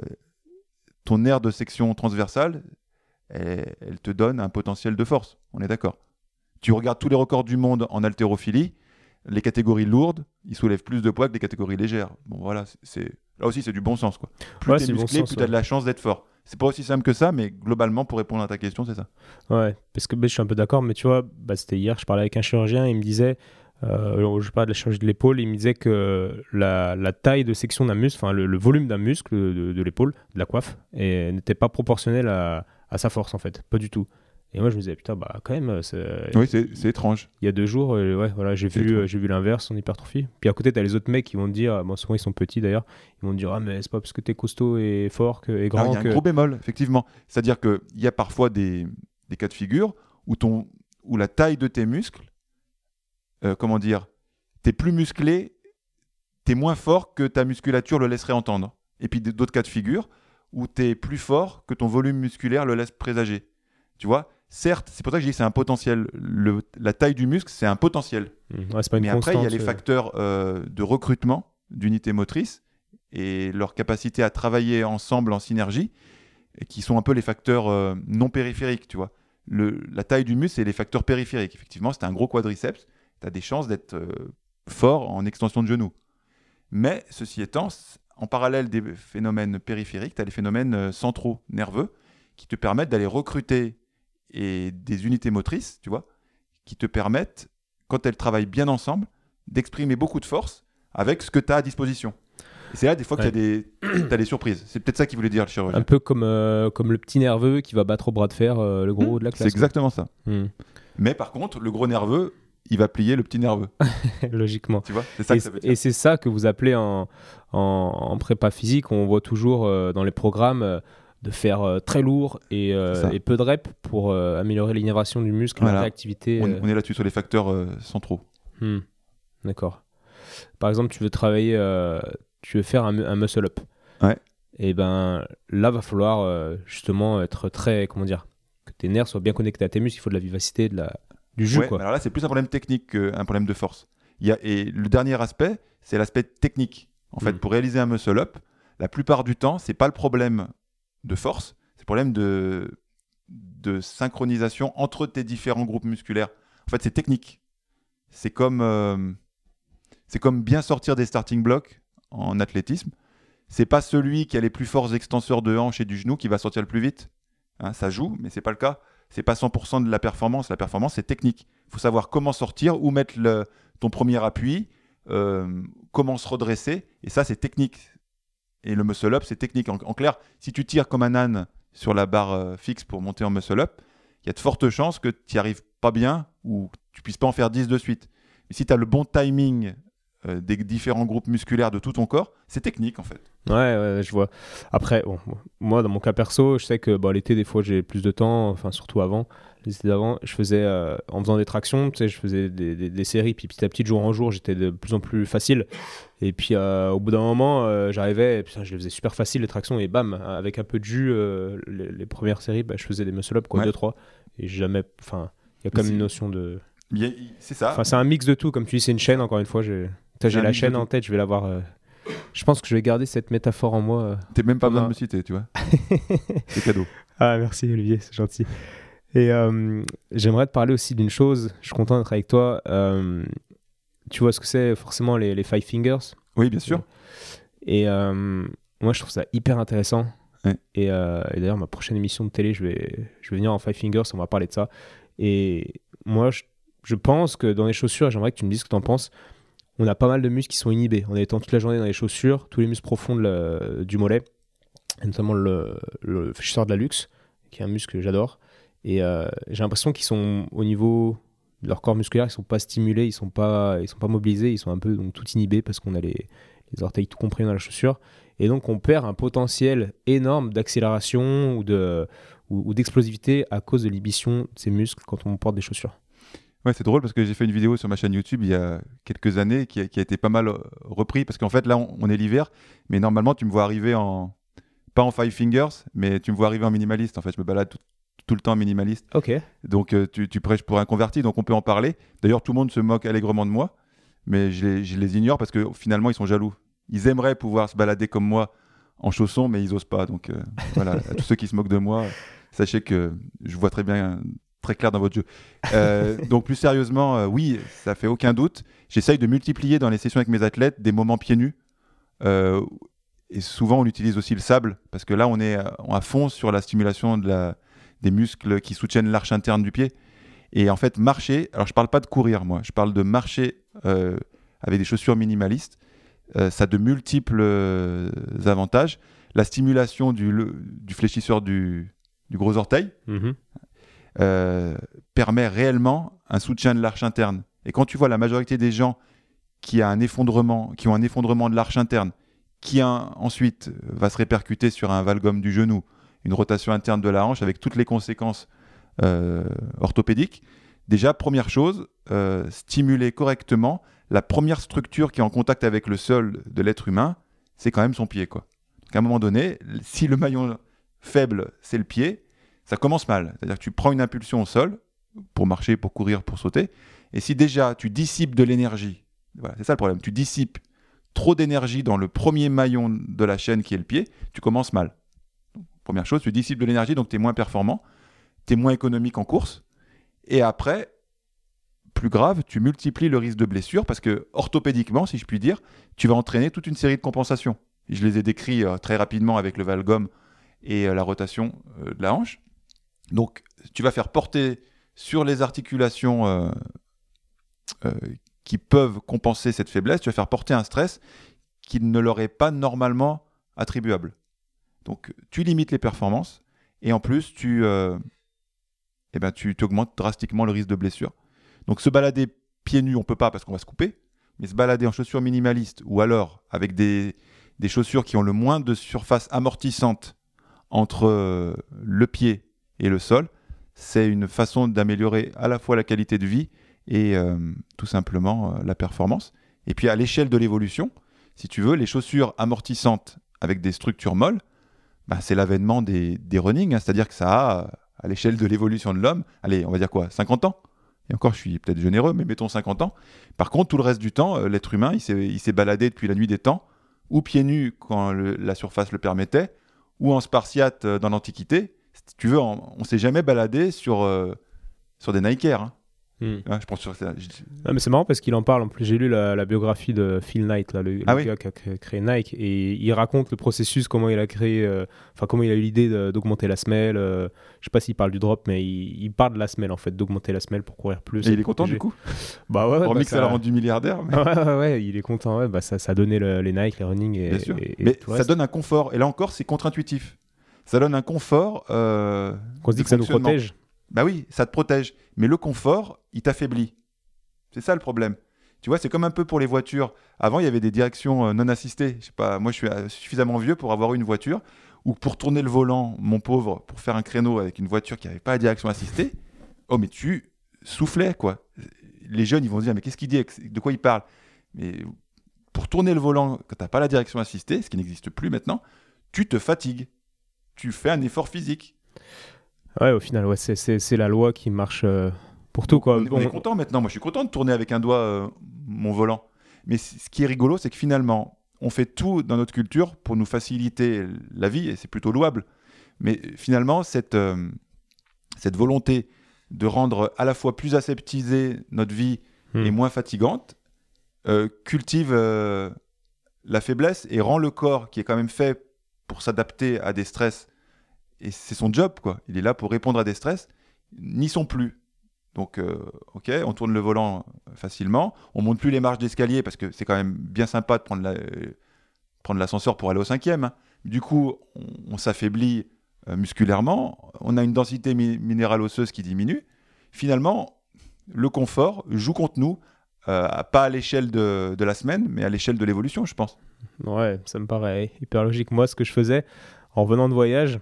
ton aire de section transversale, elle, elle te donne un potentiel de force. On est d'accord. Tu regardes tous les records du monde en haltérophilie, les catégories lourdes, ils soulèvent plus de poids que les catégories légères. Bon, voilà, c'est... là aussi, c'est du bon sens, quoi. Plus ouais, t'es musclé, bon sens, plus t'as ouais. de la chance d'être fort. C'est pas aussi simple que ça, mais globalement, pour répondre à ta question, c'est ça. Ouais, parce que bah, je suis un peu d'accord, mais tu vois, bah, c'était hier, je parlais avec un chirurgien, il me disait, euh, je parlais de la chirurgie de l'épaule, il me disait que la, la taille de section d'un muscle, enfin le, le volume d'un muscle de, de l'épaule, de la coiffe, et, n'était pas proportionnel à, à sa force, en fait, pas du tout. Et moi, je me disais, putain, bah quand même. C'est... Oui, c'est, c'est étrange. Il y a deux jours, euh, ouais, voilà, j'ai, vu, euh, j'ai vu l'inverse en hypertrophie. Puis à côté, tu as les autres mecs qui vont te dire, moi, souvent ils sont petits d'ailleurs, ils vont te dire, ah, mais c'est pas parce que tu es costaud et fort que, et grand. Il y a que... un gros bémol, effectivement. C'est-à-dire qu'il y a parfois des, des cas de figure où, ton, où la taille de tes muscles, euh, comment dire, tu es plus musclé, tu es moins fort que ta musculature le laisserait entendre. Et puis d'autres cas de figure où tu es plus fort que ton volume musculaire le laisse présager. Tu vois ? Certes, c'est pour ça que je dis que c'est un potentiel. Le, la taille du muscle, c'est un potentiel. Mmh. Ouais, c'est pas une Mais constante, après, il y a les euh... facteurs euh, de recrutement d'unités motrices et leur capacité à travailler ensemble en synergie, qui sont un peu les facteurs euh, non périphériques. Tu vois. Le, la taille du muscle, c'est les facteurs périphériques. Effectivement, si tu as un gros quadriceps, tu as des chances d'être euh, fort en extension de genou. Mais ceci étant, en parallèle des phénomènes périphériques, tu as les phénomènes euh, centraux nerveux qui te permettent d'aller recruter et des unités motrices, tu vois, qui te permettent, quand elles travaillent bien ensemble, d'exprimer beaucoup de force avec ce que tu as à disposition. Et c'est là, des fois, ouais. que tu as des surprises. C'est peut-être ça qu'il voulait dire, le chirurgien. Un peu comme, euh, comme le petit nerveux qui va battre au bras de fer euh, le gros mmh, de la classe. C'est exactement ça. Mmh. Mais par contre, le gros nerveux, il va plier le petit nerveux. Logiquement. Tu vois, c'est ça et, que ça veut dire. Et c'est ça que vous appelez en, en, en prépa physique, on voit toujours euh, dans les programmes... Euh, de faire euh, très lourd et, euh, et peu de reps pour euh, améliorer l'innervation du muscle, voilà. La réactivité. On, euh... on est là-dessus sur les facteurs euh, centraux. Hmm. D'accord. Par exemple, tu veux travailler, euh, tu veux faire un, un muscle-up. Ouais. Et ben là, va falloir euh, justement être très, comment dire, que tes nerfs soient bien connectés à tes muscles. Il faut de la vivacité, de la, du jus. Ouais, quoi. Alors là, c'est plus un problème technique qu'un problème de force. Il y a, et le dernier aspect, c'est l'aspect technique. En fait, hmm. pour réaliser un muscle-up, la plupart du temps, c'est pas le problème de force, c'est le problème de, de synchronisation entre tes différents groupes musculaires. En fait, c'est technique. C'est comme, euh, c'est comme bien sortir des starting blocks en athlétisme. C'est pas celui qui a les plus forts extenseurs de hanche et du genou qui va sortir le plus vite. Hein, ça joue, mais c'est pas le cas. C'est pas cent pour cent de la performance. La performance, c'est technique. Il faut savoir comment sortir, où mettre le, ton premier appui, euh, comment se redresser. Et ça, c'est technique. Et le muscle-up, c'est technique. En, en clair, si tu tires comme un âne sur la barre euh, fixe pour monter en muscle-up, il y a de fortes chances que tu n'y arrives pas bien ou que tu ne puisses pas en faire dix de suite. Mais si tu as le bon timing euh, des différents groupes musculaires de tout ton corps, c'est technique en fait. Ouais, ouais, je vois. Après, bon, moi, dans mon cas perso, je sais que bon, l'été, des fois, j'ai plus de temps, enfin, surtout avant, les étés d'avant, je faisais, euh, en faisant des tractions, tu sais, je faisais des, des, des séries, puis petit à petit, de jour en jour, j'étais de plus en plus facile. Et puis, euh, au bout d'un moment, euh, j'arrivais, et puis, je les faisais super facile, les tractions, et bam, avec un peu de jus, euh, les, les premières séries, bah, je faisais des muscle-up, quoi, Ouais. deux, trois, et jamais, enfin, il y a quand même une notion de... Il y a- C'est ça. Enfin, c'est un mix de tout, comme tu dis, c'est une chaîne, encore une fois, j'ai, Putain, j'ai un la mix de chaîne tout. en tête, je vais l'avoir... euh, Je pense que je vais garder cette métaphore en moi. euh, T'es même pas Comme besoin un- de me citer, tu vois. C'est cadeau. Ah, merci Olivier, c'est gentil. Et euh, j'aimerais te parler aussi d'une chose, je suis content d'être avec toi. Euh, tu vois ce que c'est forcément les, les Five Fingers. Oui, bien sûr. Et euh, moi, je trouve ça hyper intéressant. Ouais. Et, euh, et d'ailleurs, ma prochaine émission de télé, je vais, je vais venir en Five Fingers, on va parler de ça. Et moi, je, je pense que dans les chaussures, j'aimerais que tu me dises ce que tu en penses, on a pas mal de muscles qui sont inhibés. En étant toute la journée dans les chaussures, tous les muscles profonds de la- du mollet, et notamment le, le fléchisseur de la luxe, qui est un muscle que j'adore. Et euh, j'ai l'impression qu'ils sont au niveau de leur corps musculaire, ils sont pas stimulés, ils sont pas, ils sont pas mobilisés, ils sont un peu donc, tout inhibés parce qu'on a les, les orteils tout compris dans la chaussure. Et donc on perd un potentiel énorme d'accélération ou, de, ou, ou d'explosivité à cause de l'inhibition de ces muscles quand on porte des chaussures. Ouais, c'est drôle parce que j'ai fait une vidéo sur ma chaîne YouTube il y a quelques années qui a, qui a été pas mal euh, repris parce qu'en fait là on, on est l'hiver, mais normalement tu me vois arriver en pas en five fingers, mais tu me vois arriver en minimaliste. En fait, je me balade tout, tout le temps en minimaliste. Ok. Donc euh, tu, tu prêches pour un converti, donc on peut en parler. D'ailleurs, tout le monde se moque allègrement de moi, mais je les, je les ignore parce que finalement ils sont jaloux. Ils aimeraient pouvoir se balader comme moi en chaussons, mais ils osent pas. Donc euh, voilà, à tous ceux qui se moquent de moi, sachez que je vois très bien. Très clair dans votre jeu. Euh, donc plus sérieusement, euh, oui, ça fait aucun doute. J'essaye de multiplier dans les sessions avec mes athlètes des moments pieds nus. Euh, et souvent, on utilise aussi le sable parce que là, on est à, à fond sur la stimulation de la, des muscles qui soutiennent l'arche interne du pied. Et en fait, marcher, alors je ne parle pas de courir, moi, je parle de marcher euh, avec des chaussures minimalistes. Euh, ça a de multiples euh, avantages. La stimulation du, le, du fléchisseur du, du gros orteil. Mm-hmm. Euh, permet réellement un soutien de l'arche interne. Et quand tu vois la majorité des gens qui, a un effondrement, qui ont un effondrement de l'arche interne, qui a, ensuite va se répercuter sur un valgum du genou, une rotation interne de la hanche avec toutes les conséquences euh, orthopédiques, déjà, première chose, euh, stimuler correctement la première structure qui est en contact avec le sol de l'être humain, c'est quand même son pied, quoi. Donc, à un moment donné, si le maillon faible, c'est le pied, ça commence mal. C'est-à-dire que tu prends une impulsion au sol pour marcher, pour courir, pour sauter. Et si déjà tu dissipes de l'énergie, voilà, c'est ça le problème, tu dissipes trop d'énergie dans le premier maillon de la chaîne qui est le pied, tu commences mal. Donc, première chose, tu dissipes de l'énergie, donc tu es moins performant, tu es moins économique en course. Et après, plus grave, tu multiplies le risque de blessure parce que orthopédiquement, si je puis dire, tu vas entraîner toute une série de compensations. Je les ai décrits euh, très rapidement avec le valgum et euh, la rotation euh, de la hanche. Donc, tu vas faire porter sur les articulations euh, euh, qui peuvent compenser cette faiblesse, tu vas faire porter un stress qui ne leur est pas normalement attribuable. Donc, tu limites les performances et en plus, tu, euh, eh ben, tu, tu augmentes drastiquement le risque de blessure. Donc, se balader pieds nus, on ne peut pas parce qu'on va se couper, mais se balader en chaussures minimalistes ou alors avec des, des chaussures qui ont le moins de surface amortissante entre euh, le pied et le sol, c'est une façon d'améliorer à la fois la qualité de vie et euh, tout simplement euh, la performance. Et puis à l'échelle de l'évolution, si tu veux, les chaussures amortissantes avec des structures molles, bah, c'est l'avènement des, des running, hein, c'est-à-dire que ça a, à l'échelle de l'évolution de l'homme, allez, on va dire quoi, cinquante ans. Et encore, je suis peut-être généreux, mais mettons cinquante ans. Par contre, tout le reste du temps, euh, l'être humain, il s'est, il s'est baladé depuis la nuit des temps, ou pieds nus quand le, la surface le permettait, ou en spartiate euh, dans l'Antiquité. Si tu veux, on ne s'est jamais baladé sur, euh, sur des Nike Air. Hein. Mm. Ouais, je pense sur ça. Ah, mais c'est marrant parce qu'il en parle. En plus, j'ai lu la, la biographie de Phil Knight, là, le, Ah le oui. gars qui a créé, créé Nike, et il raconte le processus, comment il a créé, enfin euh, comment il a eu l'idée de, d'augmenter la semelle. Euh, je sais pas s'il parle du drop, mais il, il parle de la semelle en fait, d'augmenter la semelle pour courir plus. Et il est content du coup. Bah ouais. ouais Hormis bah, que ça l'a rendu milliardaire. Mais... ouais, ouais, ouais, il est content. Ouais, bah ça, ça a donné le, les Nike, les running et. Bien sûr. Et, et mais tout le ça reste. donne un confort. Et là encore, c'est contre-intuitif. Ça donne un confort. Euh, Qu'on se dit que ça nous protège. Bah oui, ça te protège. Mais le confort, il t'affaiblit. C'est ça le problème. Tu vois, c'est comme un peu pour les voitures. Avant, il y avait des directions euh, non assistées. Je sais pas, moi, je suis euh, suffisamment vieux pour avoir eu une voiture où pour tourner le volant, mon pauvre, pour faire un créneau avec une voiture qui n'avait pas la direction assistée, oh, mais tu soufflais, quoi. Les jeunes, ils vont se dire, mais qu'est-ce qu'il dit, de quoi il parle? Mais pour tourner le volant, quand tu n'as pas la direction assistée, ce qui n'existe plus maintenant, tu te fatigues. Tu fais un effort physique. Ouais, au final, ouais, c'est, c'est, c'est la loi qui marche euh, pour tout, quoi. On, on est content maintenant. Moi, je suis content de tourner avec un doigt euh, mon volant. Mais c- ce qui est rigolo, c'est que finalement, on fait tout dans notre culture pour nous faciliter la vie, et c'est plutôt louable. Mais finalement, cette, euh, cette volonté de rendre à la fois plus aseptisée notre vie Hmm. et moins fatigante euh, cultive euh, la faiblesse et rend le corps, qui est quand même fait pour s'adapter à des stress, et c'est son job, quoi. Il est là pour répondre à des stress, n'y sont plus. Donc, euh, ok, on tourne le volant facilement, on monte plus les marches d'escalier parce que c'est quand même bien sympa de prendre, la, euh, prendre l'ascenseur pour aller au cinquième. Hein. Du coup, on, on s'affaiblit euh, musculairement, on a une densité mi- minérale osseuse qui diminue. Finalement, le confort joue contre nous, euh, pas à l'échelle de, de la semaine, mais à l'échelle de l'évolution, je pense. Ouais, ça me paraît hyper logique. Moi, ce que je faisais en revenant de voyage,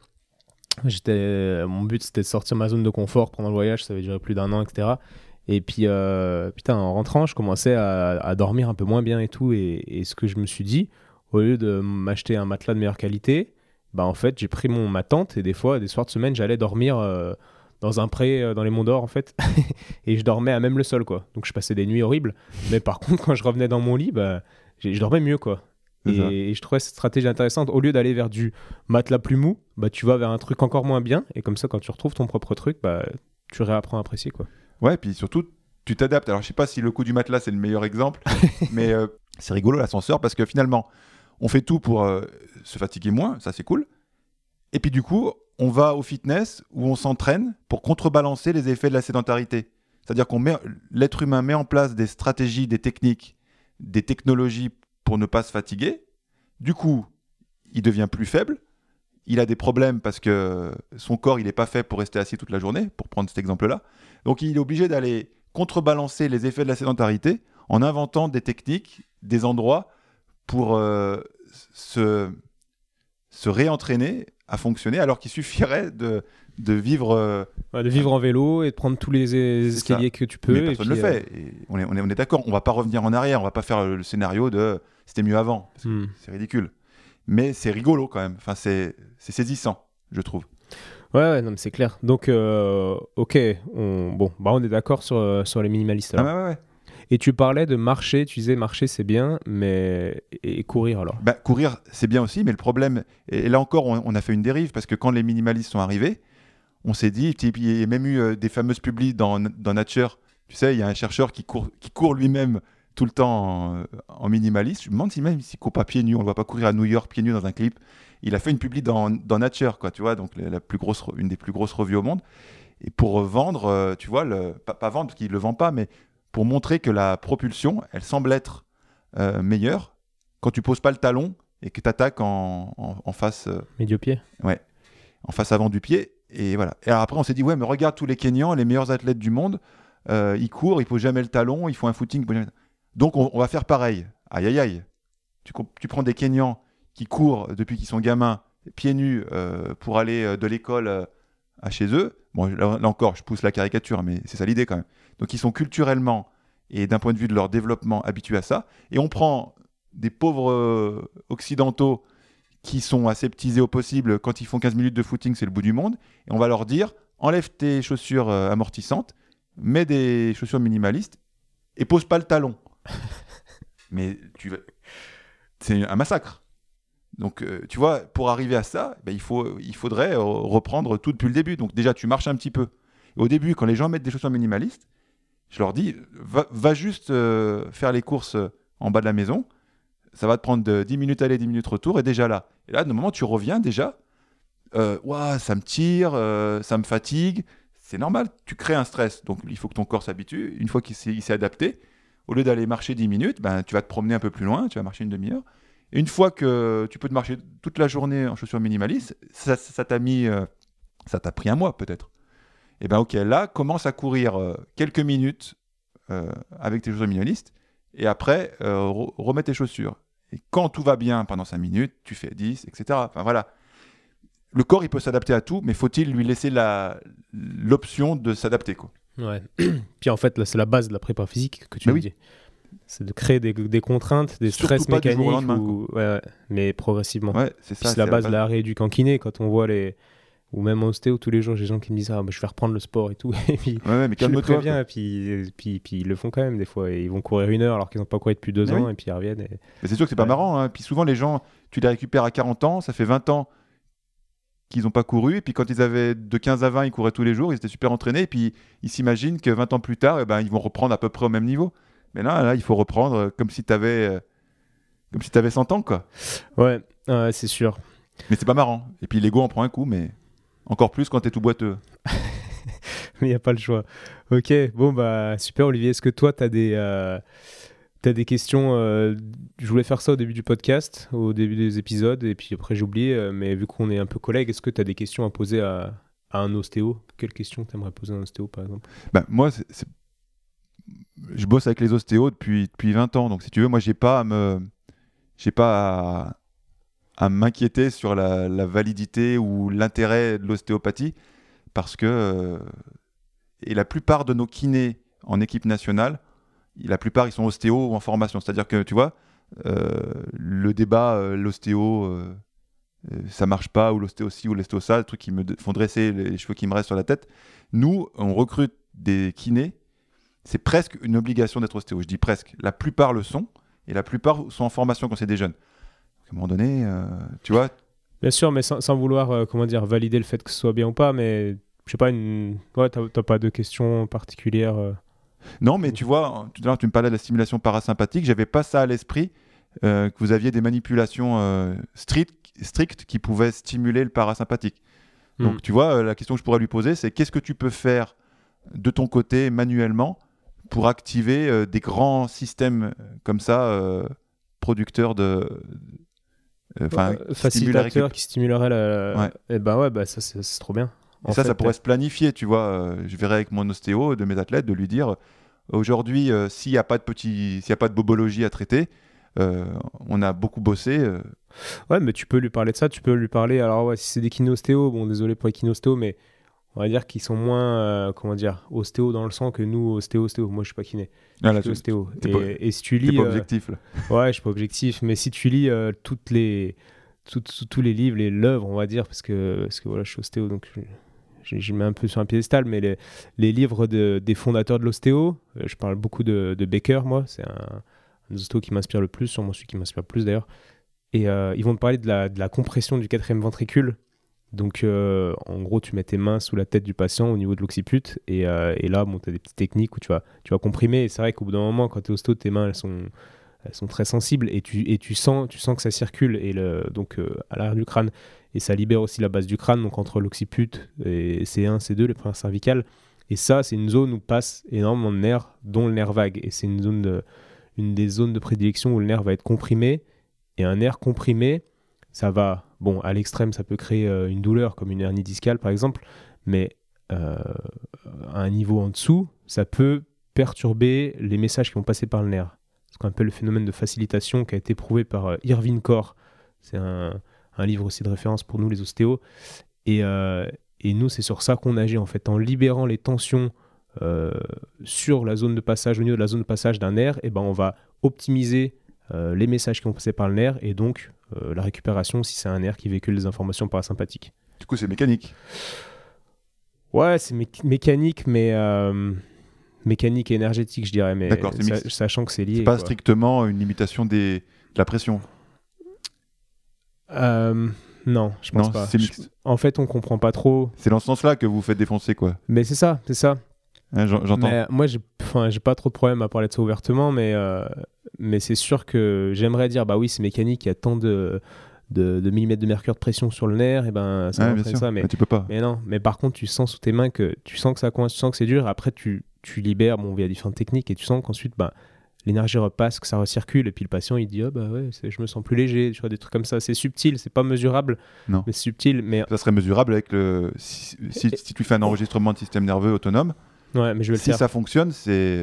j'étais... mon but c'était de sortir ma zone de confort pendant le voyage, ça avait duré plus d'un an, et cetera. Et puis, euh, putain, en rentrant, je commençais à, à dormir un peu moins bien et tout. Et, et ce que je me suis dit, au lieu de m'acheter un matelas de meilleure qualité, bah en fait, j'ai pris mon, ma tente et des fois, des soirs de semaine, j'allais dormir euh, dans un pré euh, dans les Monts d'Or, en fait. Et je dormais à même le sol, quoi. Donc, je passais des nuits horribles. Mais par contre, quand je revenais dans mon lit, bah, j'ai- je dormais mieux, quoi. Et, et je trouvais cette stratégie intéressante. Au lieu d'aller vers du matelas plus mou, bah, tu vas vers un truc encore moins bien. Et comme ça, quand tu retrouves ton propre truc, bah, tu réapprends à apprécier, quoi. Ouais, et puis surtout, tu t'adaptes. Alors, je sais pas si le coup du matelas, c'est le meilleur exemple, mais euh, c'est rigolo l'ascenseur parce que finalement, on fait tout pour euh, se fatiguer moins, ça c'est cool. Et puis du coup, on va au fitness où on s'entraîne pour contrebalancer les effets de la sédentarité. C'est-à-dire qu'on met, l'être humain met en place des stratégies, des techniques, des technologies pour ne pas se fatiguer. Du coup, il devient plus faible. Il a des problèmes parce que son corps, il n'est pas fait pour rester assis toute la journée, pour prendre cet exemple-là. Donc, il est obligé d'aller contrebalancer les effets de la sédentarité en inventant des techniques, des endroits pour euh, se, se réentraîner à fonctionner, alors qu'il suffirait de, de vivre... euh, Ouais, de vivre en vélo et de prendre tous les es- C'est escaliers ça. que tu peux. mais et personne ne puis, le fait. Et on est, on est, on est d'accord, on ne va pas revenir en arrière, on ne va pas faire le scénario de « c'était mieux avant ». Parce que Hmm. c'est ridicule. Mais c'est rigolo quand même. Enfin, c'est, c'est saisissant, je trouve. Ouais, ouais, non, mais c'est clair. Donc, euh, ok, on, bon, bah on est d'accord sur, euh, sur les minimalistes. Ah, Alors. ouais, ouais, ouais. Et tu parlais de marcher, tu disais marcher c'est bien, mais et, et courir alors. Bah, courir, c'est bien aussi, mais le problème, et là encore, on, on a fait une dérive, parce que quand les minimalistes sont arrivés, on s'est dit, et puis il y a même eu euh, des fameuses publis dans, dans Nature, tu sais, il y a un chercheur qui court, qui court lui-même tout le temps en, en minimaliste. Je me demande si même s'il court pas pieds nus, on le voit pas courir à New York pieds nus dans un clip. Il a fait une publi dans, dans Nature, quoi, tu vois, donc la, la plus grosse, une des plus grosses revues au monde. Et pour vendre, euh, tu vois, le, pas, pas vendre parce qu'il le vend pas, mais pour montrer que la propulsion, elle semble être euh, meilleure quand tu poses pas le talon et que tu attaques en, en, en face, euh, Médio-pied. ouais, en face avant du pied. Et voilà. Et alors après, on s'est dit, ouais, mais regarde tous les Kenyans, les meilleurs athlètes du monde, euh, ils courent, ils posent jamais le talon, ils font un footing. ils posent jamais- Donc on, on va faire pareil. Aïe, aïe, aïe. Tu, co- tu prends des Kenyans qui courent depuis qu'ils sont gamins, pieds nus, euh, pour aller euh, de l'école euh, à chez eux. Bon, là, là encore, je pousse la caricature, mais c'est ça l'idée quand même. Donc ils sont culturellement et d'un point de vue de leur développement habitués à ça. Et on prend des pauvres euh, occidentaux qui sont aseptisés au possible. Quand ils font quinze minutes de footing, c'est le bout du monde. Et on va leur dire, enlève tes chaussures euh, amortissantes, mets des chaussures minimalistes et pose pas le talon. Mais tu vas... c'est un massacre. Donc, euh, tu vois, pour arriver à ça, ben, il, faut, il faudrait euh, reprendre tout depuis le début. Donc déjà, tu marches un petit peu. Et au début, quand les gens mettent des chaussures minimalistes, je leur dis, va, va juste euh, faire les courses euh, en bas de la maison. Ça va te prendre de dix minutes aller, dix minutes retour, et déjà là. Et là, de moment, tu reviens déjà. Euh, Ouah, ça me tire, euh, ça me fatigue. C'est normal, tu crées un stress. Donc, il faut que ton corps s'habitue. Une fois qu'il s'est, il s'est adapté, au lieu d'aller marcher dix minutes, ben, tu vas te promener un peu plus loin, tu vas marcher une demi-heure. Et une fois que tu peux te marcher toute la journée en chaussures minimalistes, ça, ça t'a mis, euh, ça t'a pris un mois peut-être. Et ben ok, là, commence à courir euh, quelques minutes euh, avec tes chaussures minimalistes et après, euh, re- remets tes chaussures. Et quand tout va bien pendant cinq minutes, tu fais dix, et cetera. Enfin voilà. Le corps, il peut s'adapter à tout, mais faut-il lui laisser la, l'option de s'adapter, quoi. Ouais. Puis en fait, là, c'est la base de la prépa physique que tu Mais me oui. dis. C'est de créer des, des contraintes, des Surtout stress pas du jour au mécaniques, lendemain, ou... ouais, ouais, mais progressivement. Ouais, c'est Puis ça. c'est la base de la rééduque en kiné, quand on voit les... Ou même en ostéo, tous les jours, j'ai des gens qui me disent « Ah, bah, je vais reprendre le sport et tout. » Et puis, Ouais, ouais, mais je le calme-toi. préviens, quoi. et puis, et puis, puis ils le font quand même des fois. Et ils vont courir une heure alors qu'ils n'ont pas couru depuis deux Mais ans, oui. et puis ils reviennent. Et... Mais c'est sûr que c'est pas Ouais. marrant. Hein. Puis souvent, les gens, tu les récupères à quarante ans, ça fait vingt ans qu'ils n'ont pas couru. Et puis quand ils avaient de quinze à vingt, ils couraient tous les jours, ils étaient super entraînés. Et puis ils s'imaginent que vingt ans plus tard, eh ben, ils vont reprendre à peu près au même niveau. Mais là, là il faut reprendre euh, comme si tu avais euh, comme si tu avais cent ans, quoi. Ouais, ouais, c'est sûr. Mais c'est pas marrant. Et puis l'ego en prend un coup, mais encore plus quand tu es tout boiteux. Mais il n'y a pas le choix. Ok, bon, bah super, Olivier. Est-ce que toi, tu as des. Euh... T'as des questions, euh, je voulais faire ça au début du podcast, au début des épisodes, et puis après j'ai oublié, euh, mais vu qu'on est un peu collègues, est-ce que tu as des questions à poser à, à un ostéo ? Quelles questions tu aimerais poser à un ostéo, par exemple ? Ben, moi, c'est, c'est... je bosse avec les ostéos depuis, depuis vingt ans. Donc si tu veux, moi, j'ai pas à me... j'ai pas à, à m'inquiéter sur la, la validité ou l'intérêt de l'ostéopathie, parce que euh... et la plupart de nos kinés en équipe nationale, la plupart ils sont ostéo ou en formation, c'est-à-dire que tu vois euh, le débat euh, l'ostéo euh, euh, ça marche pas, ou l'ostéo ci ou l'ostéo ça, le truc qui me d- font dresser les cheveux qui me restent sur la tête. Nous on recrute des kinés, c'est presque une obligation d'être ostéo, je dis presque, la plupart le sont et la plupart sont en formation quand c'est des jeunes. Donc, à un moment donné euh, tu vois. Bien sûr, mais sans, sans vouloir euh, comment dire, valider le fait que ce soit bien ou pas, mais je sais pas, une... ouais, t'as, t'as pas de questions particulières euh... Non, mais tu vois, tout à l'heure tu me parlais de la stimulation parasympathique, j'avais pas ça à l'esprit, euh, que vous aviez des manipulations euh, strictes, strictes qui pouvaient stimuler le parasympathique. Donc Hmm. tu vois, euh, la question que je pourrais lui poser, c'est qu'est-ce que tu peux faire de ton côté manuellement pour activer euh, des grands systèmes euh, comme ça, euh, producteurs de... Enfin, Euh, facilitateur qui stimulerait la... Ouais. Et ben ouais, bah ça c'est, c'est trop bien. Et ça, ça pourrait se planifier, tu vois. Euh, je verrai avec mon ostéo de mes athlètes de lui dire, euh, aujourd'hui, euh, s'il n'y a pas de petit, s'il y a pas de bobologie à traiter, euh, on a beaucoup bossé. Euh... Ouais, mais tu peux lui parler de ça, tu peux lui parler. Alors ouais, si c'est des kiné-ostéos, bon désolé pour les kiné-ostéos, mais on va dire qu'ils sont moins, euh, comment dire, ostéo dans le sang que nous, ostéo-ostéo. Moi, je suis pas kiné. Ah, Je là, suis tu- ostéo. t'es Et, pas- et si tu T'es lis... pas euh, objectif, là. Ouais, je suis pas objectif, mais si tu lis euh, toutes les, tout- tout- tous les livres, les l'œuvre, on va dire, parce que, parce que voilà, je suis ostéo, donc je, je, je mets un peu sur un piédestal, mais les, les livres de, des fondateurs de l'ostéo, euh, je parle beaucoup de, de Baker, moi, c'est un, un ostéo qui m'inspire le plus, sûrement celui qui m'inspire le plus d'ailleurs, et euh, ils vont te parler de la, de la compression du quatrième ventricule. Donc, euh, en gros, tu mets tes mains sous la tête du patient au niveau de l'occiput, et, euh, et là, bon, tu as des petites techniques où tu vas, tu vas comprimer, et c'est vrai qu'au bout d'un moment, quand tu es ostéo, tes mains, elles sont... elles sont très sensibles et tu, et tu, sens, tu sens que ça circule et le, donc euh, à l'arrière du crâne, et ça libère aussi la base du crâne, donc entre l'occiput et C un, C deux, les premières cervicales, et ça c'est une zone où passe énormément de nerfs, dont le nerf vague, et c'est une, zone de, une des zones de prédilection où le nerf va être comprimé, et un nerf comprimé, ça va, bon, à l'extrême ça peut créer euh, une douleur comme une hernie discale par exemple, mais euh, à un niveau en dessous, ça peut perturber les messages qui vont passer par le nerf. Ce qu'on appelle le phénomène de facilitation, qui a été prouvé par euh, Irvin Corr. C'est un, un livre aussi de référence pour nous, les ostéos. Et, euh, et nous, c'est sur ça qu'on agit, en fait. En libérant les tensions euh, sur la zone de passage, au niveau de la zone de passage d'un nerf, et ben, on va optimiser euh, les messages qui vont passer par le nerf, et donc euh, la récupération si c'est un nerf qui véhicule des informations parasympathiques. Du coup, c'est mécanique. Ouais, c'est mé- mécanique, mais... Euh, mécanique et énergétique, je dirais, mais D'accord, c'est sa- mixte. sachant que c'est lié. C'est pas quoi. strictement une limitation des... de la pression. Euh, non, je pense Non, pas. c'est Je- mixte. En fait, on comprend pas trop. C'est dans ce sens-là que vous vous faites défoncer, quoi. Mais c'est ça, c'est ça. Hein, j'en- j'entends. Mais moi, j'ai, enfin, j'ai pas trop de problème à parler de ça ouvertement, mais, euh, mais c'est sûr que j'aimerais dire, bah oui, c'est mécanique, il y a tant de, de, de millimètres de mercure de pression sur le nerf, et ben ça Ouais, va bien entraîner sûr. ça. Mais, Mais tu peux pas. mais non, mais par contre, tu sens sous tes mains que tu sens que ça coince, tu sens que c'est dur, et après tu, tu libères, bon, via différentes techniques, et tu sens qu'ensuite, bah, l'énergie repasse, que ça recircule, et puis le patient il dit, oh bah ouais, c'est- je me sens plus léger, tu vois, des trucs comme ça. C'est subtil, c'est pas mesurable, Non. mais c'est subtil. Mais Ça serait mesurable avec le... Si, si, si tu fais un enregistrement de système nerveux autonome, ouais, mais je vais le si faire. ça fonctionne, c'est...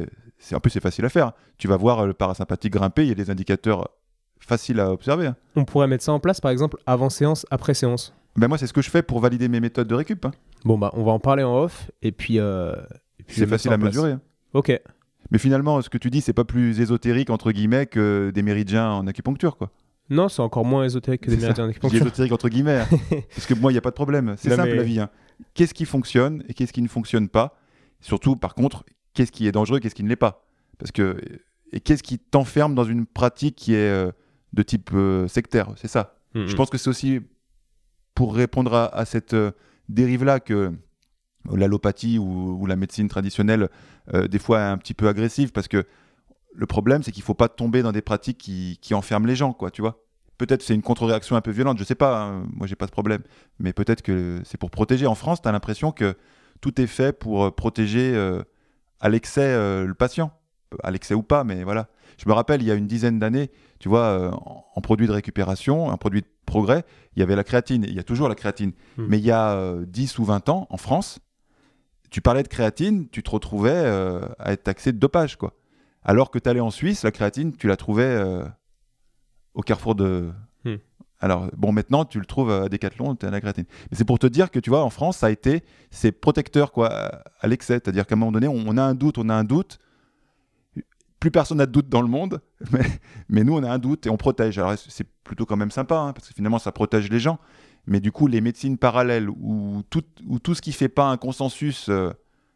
c'est, en plus, c'est facile à faire. Tu vas voir le parasympathique grimper, il y a des indicateurs faciles à observer. Hein. On pourrait mettre ça en place, par exemple, avant séance, après séance. Ben moi, c'est ce que je fais pour valider mes méthodes de récup. Hein. Bon, bah, on va en parler en off, et puis... Euh, et puis c'est facile à mesurer. Hein. Ok. Mais finalement, ce que tu dis, c'est pas plus ésotérique, entre guillemets, que des méridiens en acupuncture, quoi. Non, c'est encore moins ésotérique que des méridiens en acupuncture. C'est ésotérique, entre guillemets. Hein. Parce que moi, il n'y a pas de problème. C'est non, simple, mais... la vie. Hein. Qu'est-ce qui fonctionne et qu'est-ce qui ne fonctionne pas? Surtout, par contre, qu'est-ce qui est dangereux et qu'est-ce qui ne l'est pas? Parce que... Et qu'est-ce qui t'enferme dans une pratique qui est euh, de type euh, sectaire? C'est ça. Mm-hmm. Je pense que c'est aussi pour répondre à, à cette euh, dérive-là que l'allopathie ou, ou la médecine traditionnelle, euh, des fois, est un petit peu agressive, parce que le problème, c'est qu'il ne faut pas tomber dans des pratiques qui, qui enferment les gens, quoi, tu vois. Peut-être c'est une contre-réaction un peu violente, je ne sais pas, hein, moi, j'ai pas de problème. Mais peut-être que c'est pour protéger. En France, tu as l'impression que tout est fait pour euh, protéger euh, à l'excès euh, le patient. À l'excès ou pas, mais voilà. Je me rappelle, il y a une dizaine d'années, tu vois, euh, en, en produit de récupération, en produit de progrès, il y avait la créatine. Il y a toujours la créatine. Mmh. Mais il y a euh, dix ou vingt ans, en France, tu parlais de créatine, tu te retrouvais euh, à être taxé de dopage, quoi. Alors que tu allais en Suisse, la créatine, tu la trouvais euh, au carrefour de... Mmh. Alors, bon, maintenant, tu le trouves à Decathlon, tu as la créatine. Mais c'est pour te dire que, tu vois, en France, ça a été... C'est protecteur, quoi, à l'excès. C'est-à-dire qu'à un moment donné, on, on a un doute, on a un doute. Plus personne n'a de doute dans le monde, mais, mais nous, on a un doute et on protège. Alors, c'est plutôt quand même sympa, hein, parce que finalement, ça protège les gens. Mais du coup, les médecines parallèles ou tout, ou tout ce qui ne fait pas un consensus euh,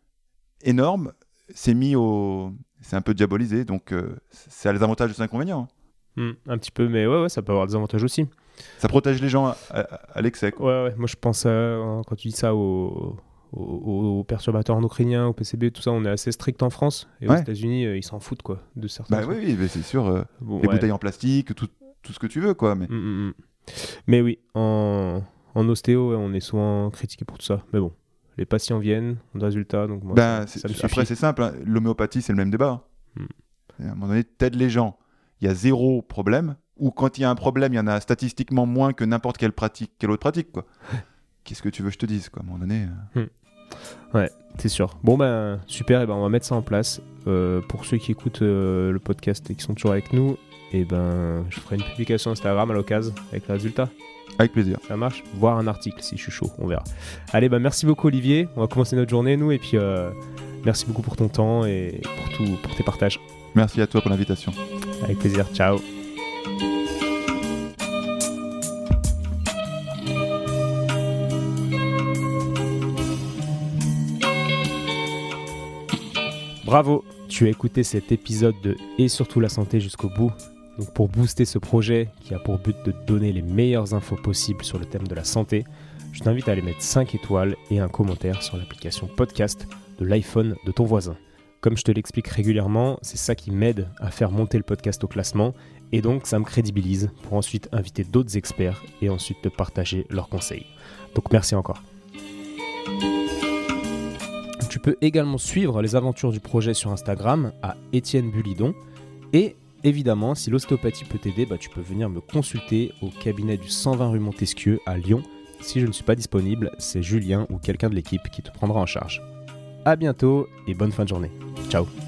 énorme, c'est mis au... C'est un peu diabolisé. Donc, euh, ça a les avantages et les inconvénients. Hein. Mmh, un petit peu, mais ouais, ouais, ça peut avoir des avantages aussi. Ça protège les gens à, à, à l'excès. Quoi. Ouais, ouais, moi, je pense, à, quand tu dis ça aux... Aux, aux perturbateurs endocriniens, au P C B, tout ça, on est assez strict en France. Et ouais. Aux États-Unis, euh, ils s'en foutent, quoi, de certains. Bah trucs. Oui, oui, c'est sûr. Euh, bon, les ouais. bouteilles en plastique, tout, tout ce que tu veux, quoi. Mais, mmh, mmh. mais oui, en, en ostéo, on est souvent critiqué pour tout ça. Mais bon, les patients viennent, ont des résultats, donc moi, bah, ça, ça me suffit. Après, c'est simple. Hein. L'homéopathie, c'est le même débat. Hein. Mmh. À un moment donné, t'aides les gens. Il y a zéro problème. Ou quand il y a un problème, il y en a statistiquement moins que n'importe quelle pratique, quelle autre pratique, quoi. Qu'est-ce que tu veux que je te dise, quoi, à un moment donné euh... mmh. Ouais, c'est sûr. Bon ben super, et ben on va mettre ça en place. Euh, pour ceux qui écoutent euh, le podcast et qui sont toujours avec nous, et ben je ferai une publication Instagram à l'occasion avec les résultats. Avec plaisir. Ça marche. Voir un article si je suis chaud, on verra. Allez, ben merci beaucoup Olivier. On va commencer notre journée nous et puis euh, merci beaucoup pour ton temps et pour tout, pour tes partages. Merci à toi pour l'invitation. Avec plaisir. Ciao. Bravo, tu as écouté cet épisode de Et surtout la santé jusqu'au bout. Donc pour booster ce projet qui a pour but de te donner les meilleures infos possibles sur le thème de la santé, je t'invite à aller mettre cinq étoiles et un commentaire sur l'application podcast de l'iPhone de ton voisin. Comme je te l'explique régulièrement, c'est ça qui m'aide à faire monter le podcast au classement et donc ça me crédibilise pour ensuite inviter d'autres experts et ensuite te partager leurs conseils. Donc merci encore. Tu peux également suivre les aventures du projet sur Instagram à Étienne Bulidon. Et évidemment, si l'ostéopathie peut t'aider, bah, tu peux venir me consulter au cabinet du cent vingt rue Montesquieu à Lyon. Si je ne suis pas disponible, c'est Julien ou quelqu'un de l'équipe qui te prendra en charge. À bientôt et bonne fin de journée. Ciao.